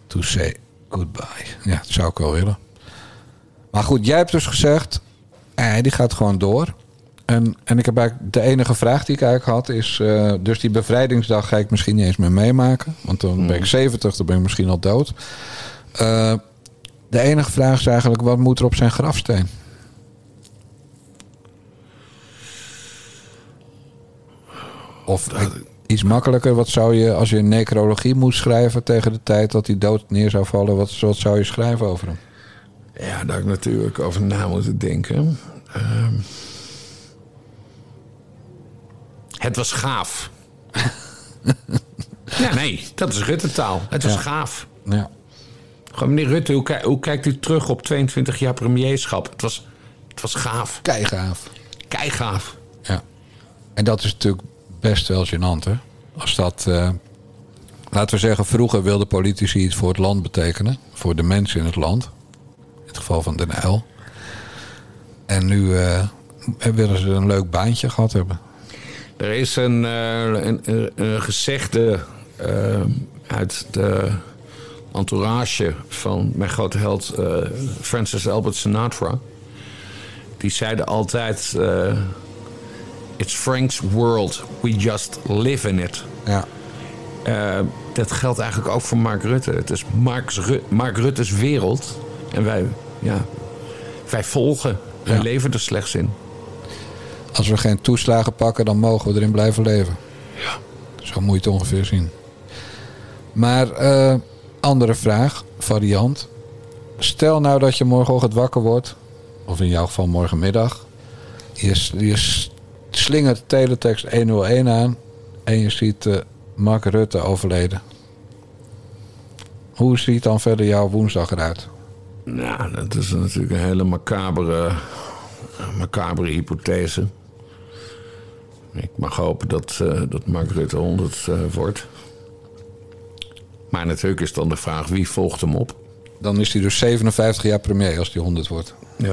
to say goodbye. Ja, dat zou ik wel willen. Maar goed, jij hebt dus gezegd... Eh, die gaat gewoon door. En, en ik heb eigenlijk de enige vraag die ik eigenlijk had is... Uh, dus die bevrijdingsdag ga ik misschien niet eens meer meemaken. Want dan ben ik zeventig, dan ben ik misschien al dood. Uh, de enige vraag is eigenlijk... wat moet er op zijn grafsteen? Of ik, iets makkelijker, wat zou je... als je een necrologie moest schrijven tegen de tijd... dat hij dood neer zou vallen... wat, wat zou je schrijven over hem? Ja, daar heb ik natuurlijk over na moeten denken. Uh, het was gaaf. Ja, nee, dat is Rutte-taal. Het was ja. gaaf. Ja. Gewoon, meneer Rutte, hoe, ki- hoe kijkt u terug op tweeëntwintig jaar premierschap? Het was, het was gaaf. Keigaaf. Keigaaf. Ja. En dat is natuurlijk best wel gênant, hè? Als dat... Uh, laten we zeggen, vroeger wilden politici iets voor het land betekenen. Voor de mensen in het land. In het geval van Den Uyl. En nu uh, willen ze een leuk baantje gehad hebben. Er is een, uh, een, een, een gezegde uh, uit de entourage van mijn grote held uh, Francis Albert Sinatra. Die zeiden altijd... Uh, It's Frank's world, we just live in it. Ja. Uh, dat geldt eigenlijk ook voor Mark Rutte. Het is Mark's Ru- Mark Rutte's wereld. En wij, ja, wij volgen. Wij ja. leven er slechts in. Als we geen toeslagen pakken, dan mogen we erin blijven leven. Ja. Zo moet je het ongeveer zien. Maar, uh, andere vraag, variant. Stel nou dat je morgenochtend wakker wordt. Of in jouw geval morgenmiddag. Je, je slingert teletext honderdéén aan. En je ziet uh, Mark Rutte overleden. Hoe ziet dan verder jouw woensdag eruit? Nou, dat is natuurlijk een hele macabere, macabere hypothese. Ik mag hopen dat, uh, dat Mark Rutte honderd uh, wordt. Maar natuurlijk is dan de vraag, wie volgt hem op? Dan is hij dus zevenenvijftig jaar premier als hij honderd wordt. Ja.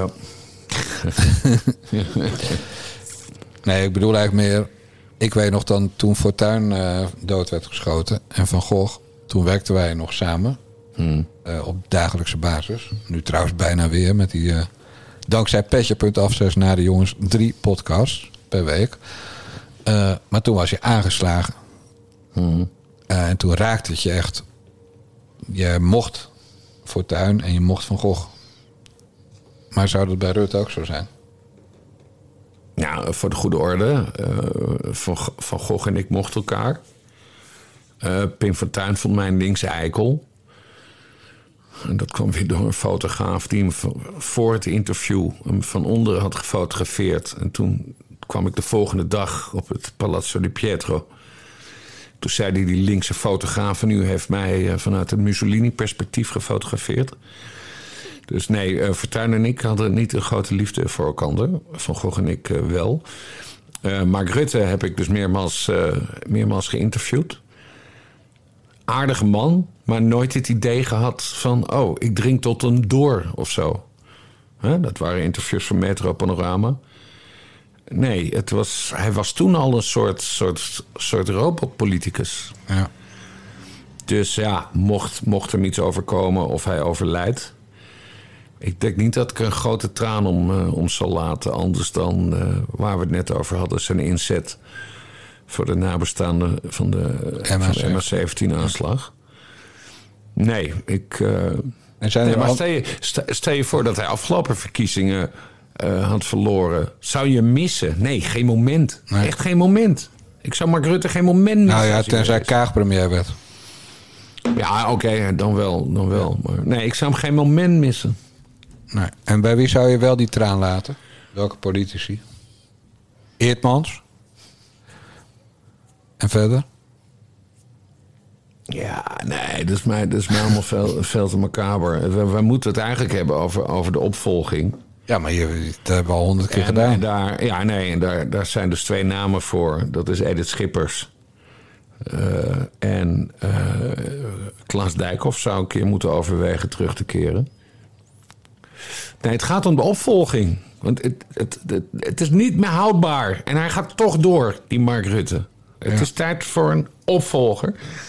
Nee, ik bedoel eigenlijk meer... Ik weet nog dan toen Fortuyn uh, dood werd geschoten... en Van Gogh, toen werkten wij nog samen... Hmm. Uh, op dagelijkse basis. Nu trouwens bijna weer met die... Uh, dankzij Petje punt af zes naar de jongens... drie podcasts per week. Uh, maar toen was je aangeslagen. Hmm. Uh, en toen raakte het je echt... Je mocht Fortuyn en je mocht Van Gogh. Maar zou dat bij Rutte ook zo zijn? Ja, voor de goede orde. Uh, van, van Gogh en ik mochten elkaar. Uh, Pim Fortuyn vond mij een linkse eikel. En dat kwam weer door een fotograaf die hem voor het interview hem van onderen had gefotografeerd. En toen kwam ik de volgende dag op het Palazzo di Pietro. Toen zei hij, die linkse fotograaf van u heeft mij vanuit het Mussolini-perspectief gefotografeerd. Dus nee, uh, Fortuyn en ik hadden niet een grote liefde voor elkaar. Van Gogh en ik uh, wel. Uh, Mark Rutte heb ik dus meermaals, uh, meermaals geïnterviewd. Aardige man, maar nooit het idee gehad van... oh, ik drink tot een door of zo. Huh? Dat waren interviews van Metro Panorama. Nee, het was, hij was toen al een soort, soort, soort robotpoliticus. Ja. Dus ja, mocht, mocht er iets overkomen of hij overlijdt... ik denk niet dat ik er een grote traan om, uh, om zal laten. Anders dan uh, waar we het net over hadden, zijn inzet... voor de nabestaanden van de, van de M H zeventien-aanslag. Nee, ik... Uh, en zijn nee, maar al... stel, je, stel je voor dat hij afgelopen verkiezingen uh, had verloren. Zou je missen? Nee, geen moment. Nee. Echt geen moment. Ik zou Mark Rutte geen moment missen. Nou ja, tenzij Kaag premier werd. Ja, oké, okay, dan wel. Dan wel. Maar nee, ik zou hem geen moment missen. Nee. En bij wie zou je wel die traan laten? Welke politici? Eertmans? En verder? Ja, nee, dat is mij, dat is mij allemaal veel, veel te macaber. We, we moeten het eigenlijk hebben over, over de opvolging. Ja, maar je, dat hebben we al honderd keer en, gedaan. En daar, ja, nee, en daar, daar zijn dus twee namen voor. Dat is Edith Schippers. Uh, en uh, Klaas Dijkhoff zou een keer moeten overwegen terug te keren. Nee, het gaat om de opvolging. Want het, het, het, het is niet meer houdbaar. En hij gaat toch door, die Mark Rutte. Het ja. is tijd voor een opvolger.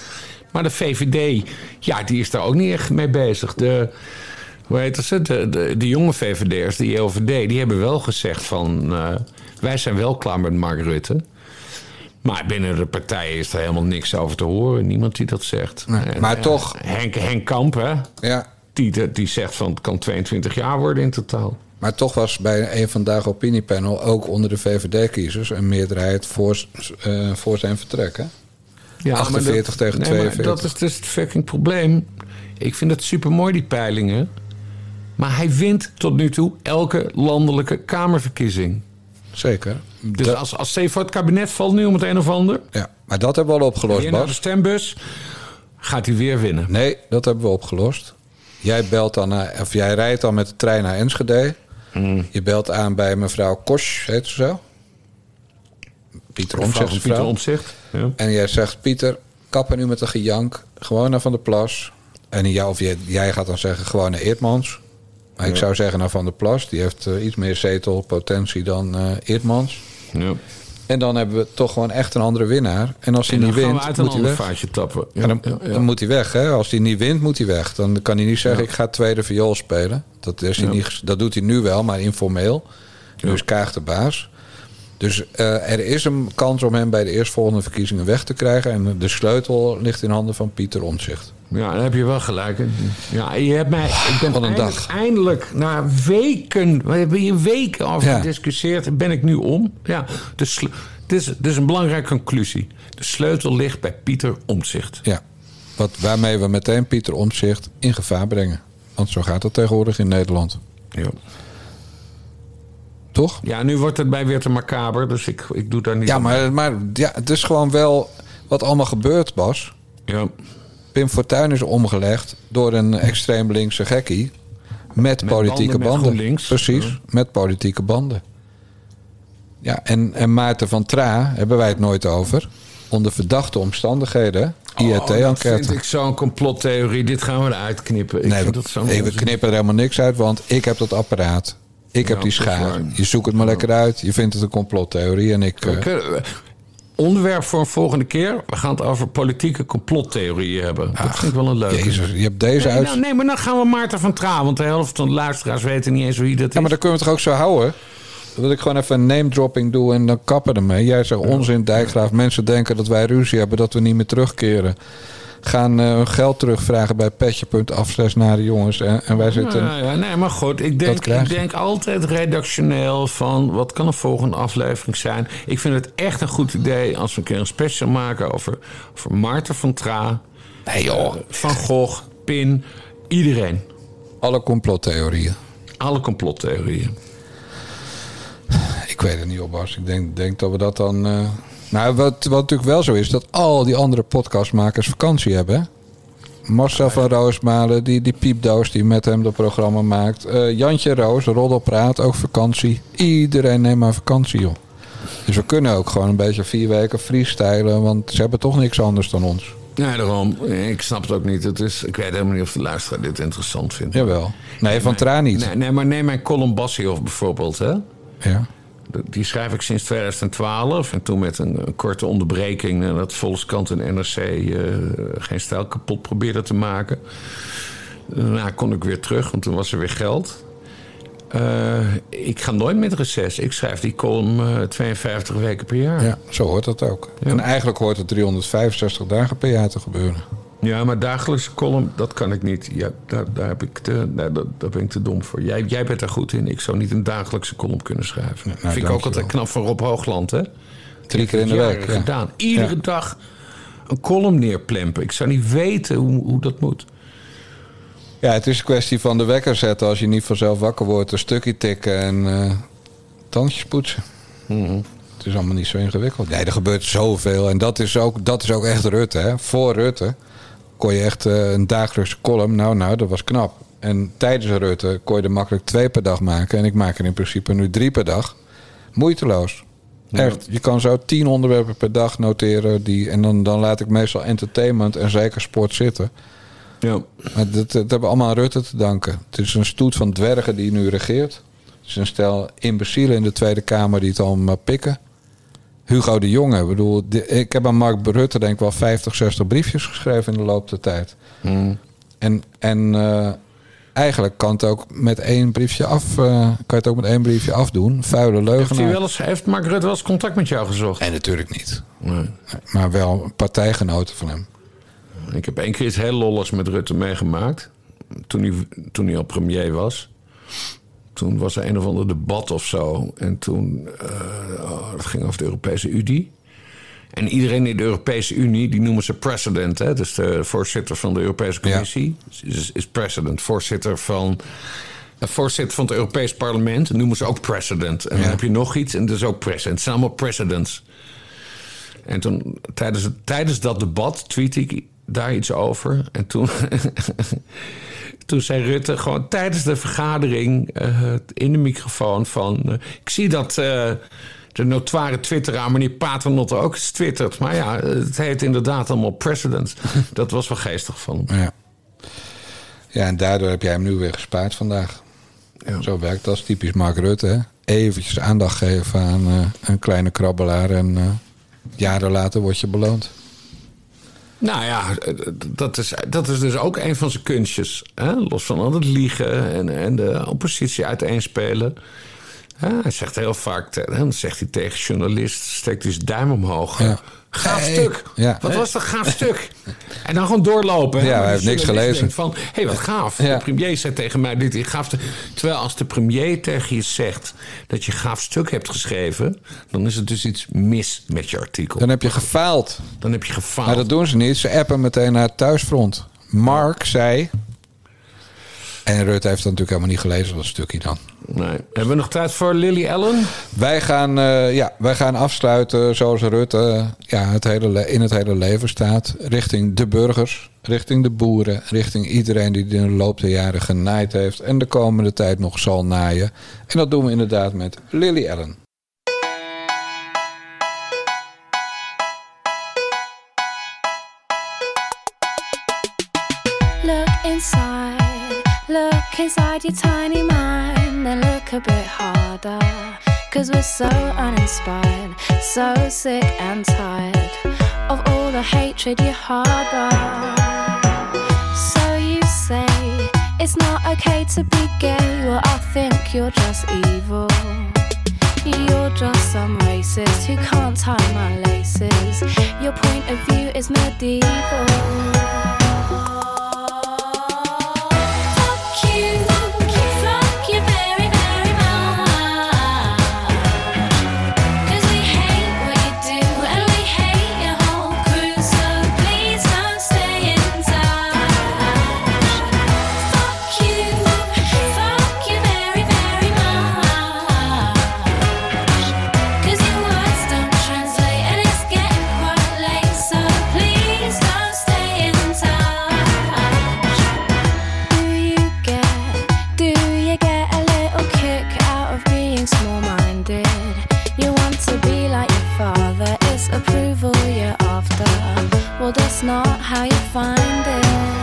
Maar de V V D, ja, die is daar ook niet echt mee bezig. De, hoe heet het? De, de, de jonge V V D'ers, de J O V D, die hebben wel gezegd van... Uh, wij zijn wel klaar met Mark Rutte. Maar binnen de partijen is er helemaal niks over te horen. Niemand die dat zegt. Nee, en, maar uh, toch... Henk, Henk Kamp, hè? Ja. Die, die zegt van het kan tweeëntwintig jaar worden in totaal. Maar toch was bij een Vandaag opiniepanel ook onder de V V D-kiezers een meerderheid voor, uh, voor zijn vertrek. Hè? Ja, achtenveertig dat, tegen nee, tweeënveertig. Maar dat is dus het fucking probleem. Ik vind het supermooi, die peilingen. Maar hij wint tot nu toe elke landelijke kamerverkiezing. Zeker. Dus dat, als, als Steve voor het kabinet valt nu om het een of ander... Ja, maar dat hebben we al opgelost, weer naar de Bas. stembus, gaat hij weer winnen. Nee, dat hebben we opgelost. Jij belt dan naar, of jij rijdt dan met de trein naar Enschede. Mm. Je belt aan bij mevrouw Kosch, heet ze zo? Pieter Omtzigt. Pieter Omtzigt. Ja. En jij zegt, Pieter, kappen nu met een gejank. Gewoon naar Van der Plas. En jou, of jij, jij gaat dan zeggen, gewoon naar Eertmans. Maar ja. ik zou zeggen naar Van der Plas. Die heeft uh, iets meer zetelpotentie dan uh, Eertmans. Ja. En dan hebben we toch gewoon echt een andere winnaar. En als hij niet wint, uit moet hij weg. Vaartje tappen. Ja, en dan, ja, ja. dan moet hij weg. Hè? Als hij niet wint, moet hij weg. Dan kan hij niet zeggen, ja. ik ga tweede viool spelen. Dat, is hij ja. niet, dat doet hij nu wel, maar informeel. Nu ja. is Kaag de baas. Dus uh, er is een kans om hem bij de eerstvolgende verkiezingen weg te krijgen. En de sleutel ligt in handen van Pieter Omtzigt. Ja, daar heb je wel gelijk. Ja, je hebt mij, ik ben Van een eindelijk, dag. eindelijk, na weken, we hebben hier weken over ja. gediscussieerd, ben ik nu om. Ja, de sle- dit, is, dit is een belangrijke conclusie. De sleutel ligt bij Pieter Omtzigt. Ja, wat, waarmee we meteen Pieter Omtzigt in gevaar brengen. Want zo gaat het tegenwoordig in Nederland. Ja. Toch? Ja, nu wordt het bij weer te macaber, dus ik, ik doe daar niet ja, aan. maar, maar ja, het is gewoon wel wat allemaal gebeurt, Bas. Ja. Pim Fortuyn is omgelegd door een extreem linkse gekkie. Met, met politieke banden. banden. Met Precies, ja. met politieke banden. Ja, en, en Maarten van Traa hebben wij het nooit over. Onder verdachte omstandigheden. I R T-enquête. Oh, dat vind ik zo'n complottheorie. Dit gaan we eruit knippen. Ik nee, vind dat zo nee we knippen er helemaal niks uit, want ik heb dat apparaat. Ik heb ja, die schaar. Je zoekt het maar ja. lekker uit. Je vindt het een complottheorie en ik... Uh... Onderwerp voor een volgende keer. We gaan het over politieke complottheorieën hebben. Ach, dat vind ik wel een leuke. Jezus, je hebt deze nee, uit... Nou, nee, maar dan gaan we Maarten van Traa. Want de helft van de luisteraars weten niet eens wie dat is. Ja, maar dan kunnen we het toch ook zo houden? Dat ik gewoon even een name-dropping doe en dan kappen ermee. Jij zegt onzin, Dijkgraaf. Mensen denken dat wij ruzie hebben, dat we niet meer terugkeren. Gaan uh, geld terugvragen bij petje punt af slash naar de jongens. En, en wij zitten... Ja, ja, nee, maar goed. Ik denk, ik denk altijd redactioneel van... wat kan een volgende aflevering zijn? Ik vind het echt een goed idee als we een keer een special maken... over, over Maarten van Traa, nee, joh. Uh, Van Gogh, Pin, iedereen. Alle complottheorieën. Alle complottheorieën. Ik weet het niet op, Bas. Ik denk, denk dat we dat dan... Uh... Nou, wat, wat natuurlijk wel zo is, dat al die andere podcastmakers vakantie hebben. Hè? Marcel van Roosmalen, die, die piepdoos die met hem dat programma maakt. Uh, Jantje Roos, Roddelpraat, ook vakantie. Iedereen neemt maar vakantie, joh. Dus we kunnen ook gewoon een beetje vier weken freestylen, want ze hebben toch niks anders dan ons. Nee, daarom. Ik snap het ook niet. Het is, ik weet helemaal niet of de luisteraar dit interessant vindt. Jawel. Nee, Van Traa niet. Nee, nee, maar neem mijn column Bassioff bijvoorbeeld, hè? Ja. Die schrijf ik sinds twintig twaalf. En toen met een, een korte onderbreking... dat Volkskrant en N R C uh, geen stijl kapot probeerden te maken. Daarna kon ik weer terug, want toen was er weer geld. Uh, ik ga nooit met reces. Ik schrijf die column uh, tweeënvijftig weken per jaar. Ja, zo hoort dat ook. Ja. En eigenlijk hoort het driehonderdvijfenzestig dagen per jaar te gebeuren. Ja, maar dagelijkse column, dat kan ik niet. Ja, daar, daar, heb ik te, daar, daar ben ik te dom voor. Jij, jij bent daar goed in. Ik zou niet een dagelijkse column kunnen schrijven. Nou, vind ik ook altijd knap van Rob Hoogland, hè? Drie keer in de week, ja. gedaan. Iedere ja. dag een column neerplempen. Ik zou niet weten hoe, hoe dat moet. Ja, het is een kwestie van de wekker zetten. Als je niet vanzelf wakker wordt, een stukje tikken en uh, tandjes poetsen. Mm-hmm. Het is allemaal niet zo ingewikkeld. Nee, er gebeurt zoveel. En dat is ook, dat is ook echt Rutte, hè? Voor Rutte kon je echt uh, een dagelijkse column. Nou, nou, dat was knap. En tijdens Rutte kon je er makkelijk twee per dag maken. En ik maak er in principe nu drie per dag. Moeiteloos. Ja. Echt. Je kan zo tien onderwerpen per dag noteren. Die, en dan, dan laat ik meestal entertainment en zeker sport zitten. Ja. Maar dat, dat hebben we allemaal aan Rutte te danken. Het is een stoet van dwergen die nu regeert. Het is een stel imbecielen in de Tweede Kamer die het allemaal pikken. Hugo de Jonge. Ik bedoel, de, ik heb aan Mark Rutte denk ik wel vijftig, zestig briefjes geschreven in de loop der tijd. Hmm. En, en uh, eigenlijk kan het ook met één briefje af, uh, kan je het ook met één briefje afdoen. Vuile leugenaar. Heeft, hij wel eens, heeft Mark Rutte wel eens contact met jou gezocht? Nee, natuurlijk niet. Nee. Maar wel partijgenoten van hem. Ik heb één keer iets heel lolligs met Rutte meegemaakt. Toen hij, toen hij al premier was. Toen was er een of ander debat of zo. En toen, uh, oh, dat ging over de Europese Unie. En iedereen in de Europese Unie, die noemen ze president. Hè? Dus de voorzitter van de Europese Commissie ja. is, is president. Voorzitter van, uh, voorzitter van het Europees Parlement noemen ze ook president. En ja. dan heb je nog iets en dat is ook president. Het zijn allemaal presidents. En toen, tijdens, het, tijdens dat debat tweette ik daar iets over. En toen... Toen zei Rutte gewoon tijdens de vergadering uh, in de microfoon van... Uh, ik zie dat uh, de notoire twitteraar meneer Paternotte ook eens twittert. Maar ja, het heet inderdaad allemaal president. Dat was wel geestig van hem. Ja. ja, en daardoor heb jij hem nu weer gespaard vandaag. Ja. Zo werkt dat, typisch Mark Rutte. Hè? Eventjes aandacht geven aan uh, een kleine krabbelaar... en uh, jaren later word je beloond. Nou ja, dat is, dat is dus ook een van zijn kunstjes. Hè? Los van al het liegen en, en de oppositie uiteenspelen. Ja, hij zegt heel vaak, dan zegt hij tegen journalist... steekt hij zijn duim omhoog. Ja. Gaaf hey, stuk. Ja. Wat was dat gaaf stuk? En dan gewoon doorlopen. Ja, hij heeft niks gelezen. Van, hé, hey, wat gaaf. Ja. De premier zei tegen mij dit. Gaaf stuk. Terwijl als de premier tegen je zegt... dat je gaaf stuk hebt geschreven... dan is het dus iets mis met je artikel. Dan heb je gefaald. Dan heb je gefaald. Maar dat doen ze niet. Ze appen meteen naar het thuisfront. Mark zei... En Rutte heeft dat natuurlijk helemaal niet gelezen, dat stukje dan. Nee. Hebben we nog tijd voor Lily Allen? Wij gaan, uh, ja, wij gaan afsluiten zoals Rutte ja, het hele, in het hele leven staat. Richting de burgers, richting de boeren, richting iedereen die in de loop der jaren genaaid heeft. En de komende tijd nog zal naaien. En dat doen we inderdaad met Lily Allen. Look inside. Look inside your tiny mind and look a bit harder. Cause we're so uninspired, so sick and tired of all the hatred you harbor. So you say it's not okay to be gay. Well, I think you're just evil. You're just some racist who can't tie my laces. Your point of view is medieval. That's not how you find it.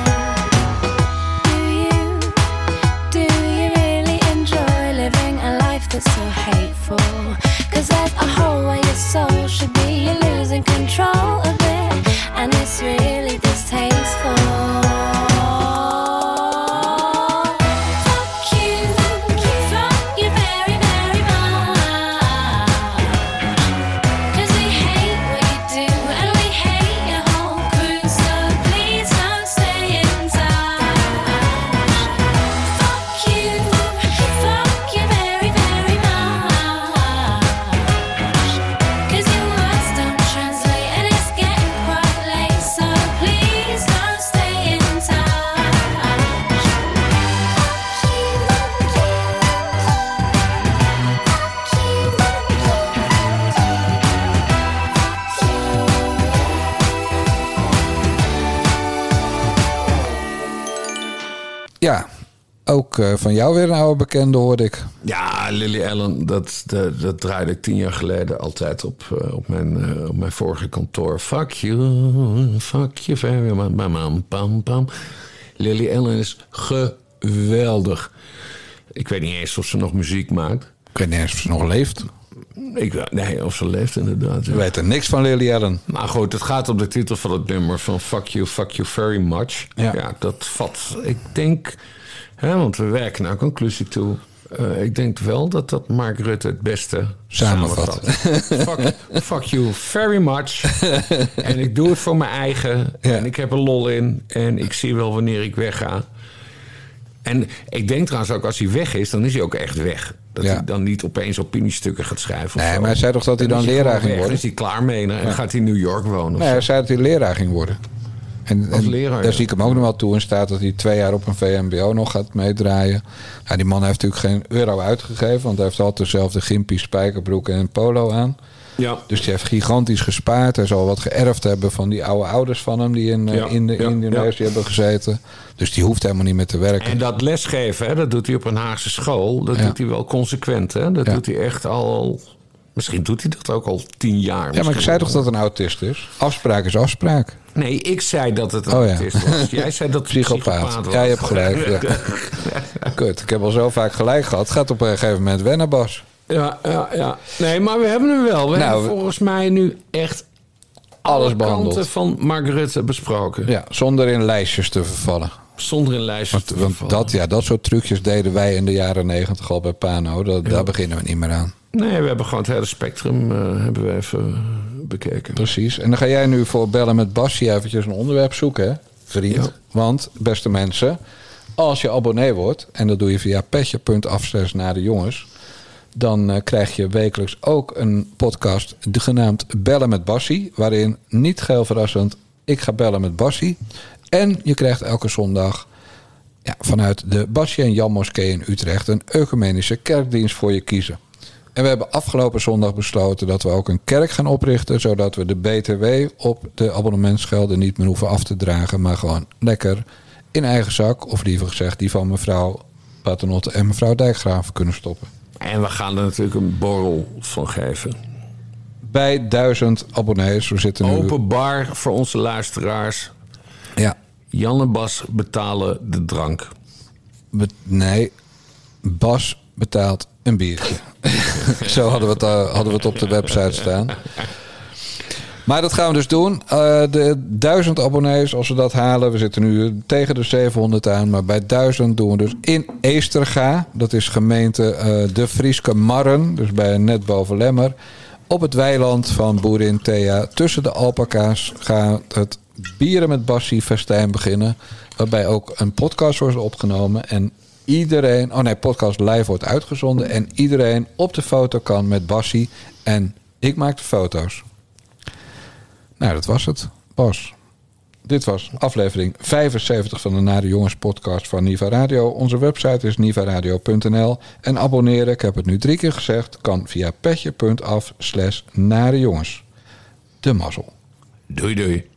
Do you, do you really enjoy living a life that's so hateful? Cause there's a hole where your soul should be. You're losing control of it, and it's really distasteful. Ja, ook uh, van jou weer een oude bekende hoorde ik. Ja, Lily Allen, dat, dat, dat draaide ik tien jaar geleden altijd op, uh, op, mijn, uh, op mijn vorige kantoor. Fuck you, fuck you very much, bam, bam, bam. Lily Allen is geweldig. Ik weet niet eens of ze nog muziek maakt. Ik weet niet eens of ze nog leeft. Ik, nee, of ze leeft inderdaad. Ja. We weten niks van Lily Allen. Maar goed, het gaat om de titel van het nummer van Fuck You, Fuck You Very Much. Ja. Ja, dat vat, ik denk, hè, want we werken naar een conclusie toe. Uh, ik denk wel dat dat Mark Rutte het beste Samenvat. fuck, fuck you very much. En ik doe het voor mijn eigen. Ja. En ik heb er lol in. En ik zie wel wanneer ik wegga. En ik denk trouwens ook als hij weg is, dan is hij ook echt weg. Dat Ja. hij dan niet opeens opiniestukken gaat schrijven. Nee, of zo. maar hij zei toch dat hij dan is leraar gewoon weg. ging Dan worden? is hij klaar mee. En dan gaat hij in New York wonen. of Nee, zo. hij zei dat hij leraar ging worden. En, Als en leraar, daar ja. zie ik hem ook nog wel toe in staat dat hij twee jaar op een V M B O nog gaat meedraaien. Nou, die man heeft natuurlijk geen euro uitgegeven, want hij heeft altijd dezelfde gimpie, spijkerbroek en polo aan. Ja. Dus die heeft gigantisch gespaard. Hij zal wat geërfd hebben van die oude ouders van hem die in, eh, Ja, in de ja, Indonesië ja. hebben gezeten. Dus die hoeft helemaal niet meer te werken. En dat lesgeven, hè, dat doet hij op een Haagse school. Dat Ja. doet hij wel consequent. Hè? Dat Ja. doet hij echt al... Misschien doet hij dat ook al tien jaar. Ja, maar misschien ik zei wel. toch dat het een autist is? Afspraak is afspraak. Nee, ik zei dat het een Oh ja. autist was. Jij zei dat het een Psychopaat. psychopaat was. Ja, je hebt gelijk. Ja. Kut, ik heb al zo vaak gelijk gehad. Het gaat op een gegeven moment wennen, Bas. Ja, ja, ja. Nee, maar we hebben hem wel. We Nou, hebben we- volgens mij nu echt Alles alle behandeld. kanten van Mark Rutte besproken. Ja, zonder in lijstjes te vervallen. Zonder in lijstjes Want, te want vervallen. dat, ja, dat soort trucjes deden wij in de jaren negentig al bij Pano. Dat, Daar beginnen we niet meer aan. Nee, we hebben gewoon het hele spectrum uh, hebben we even bekeken. Precies. En dan ga jij nu voor Bellen met Bassie eventjes een onderwerp zoeken, hè, vriend. Ja. Want, beste mensen, als je abonnee wordt, en dat doe je via petje punt af slash naar de jongens, dan uh, krijg je wekelijks ook een podcast de genaamd Bellen met Bassie, waarin, niet geheel verrassend, ik ga bellen met Bassie. En je krijgt elke zondag ja, vanuit de Bassie en Jan Moskee in Utrecht een ecumenische kerkdienst voor je kiezen. En we hebben afgelopen zondag besloten dat we ook een kerk gaan oprichten, zodat we de B T W op de abonnementsgelden niet meer hoeven af te dragen, maar gewoon lekker in eigen zak, of liever gezegd die van mevrouw Paternotte en mevrouw Dijkgraaf kunnen stoppen. En we gaan er natuurlijk een borrel van geven. Bij duizend abonnees, we zitten nu... Open bar voor onze luisteraars. Ja, Jan en Bas betalen de drank. be- nee, Bas betaalt een biertje. Zo hadden we, het, uh, hadden we het op de website staan. Maar dat gaan we dus doen. Uh, de duizend abonnees, als we dat halen. We zitten nu tegen de zevenhonderd aan. Maar bij duizend doen we dus in Eesterga. Dat is gemeente uh, De Frieske Marren. Dus bij net boven Lemmer. Op het weiland van boerin Thea. Tussen de alpaca's gaat het Bieren met Bassie festijn beginnen. Waarbij ook een podcast wordt opgenomen. En iedereen... Oh nee, podcast live wordt uitgezonden. En iedereen op de foto kan met Bassie. En ik maak de foto's. Nou, dat was het. Bas. Dit was aflevering vijfenzeventig van de Nare Jongens podcast van Niva Radio. Onze website is niva radio punt n l. En abonneren, ik heb het nu drie keer gezegd, kan via petje punt af slash Nare Jongens. De mazzel. Doei doei.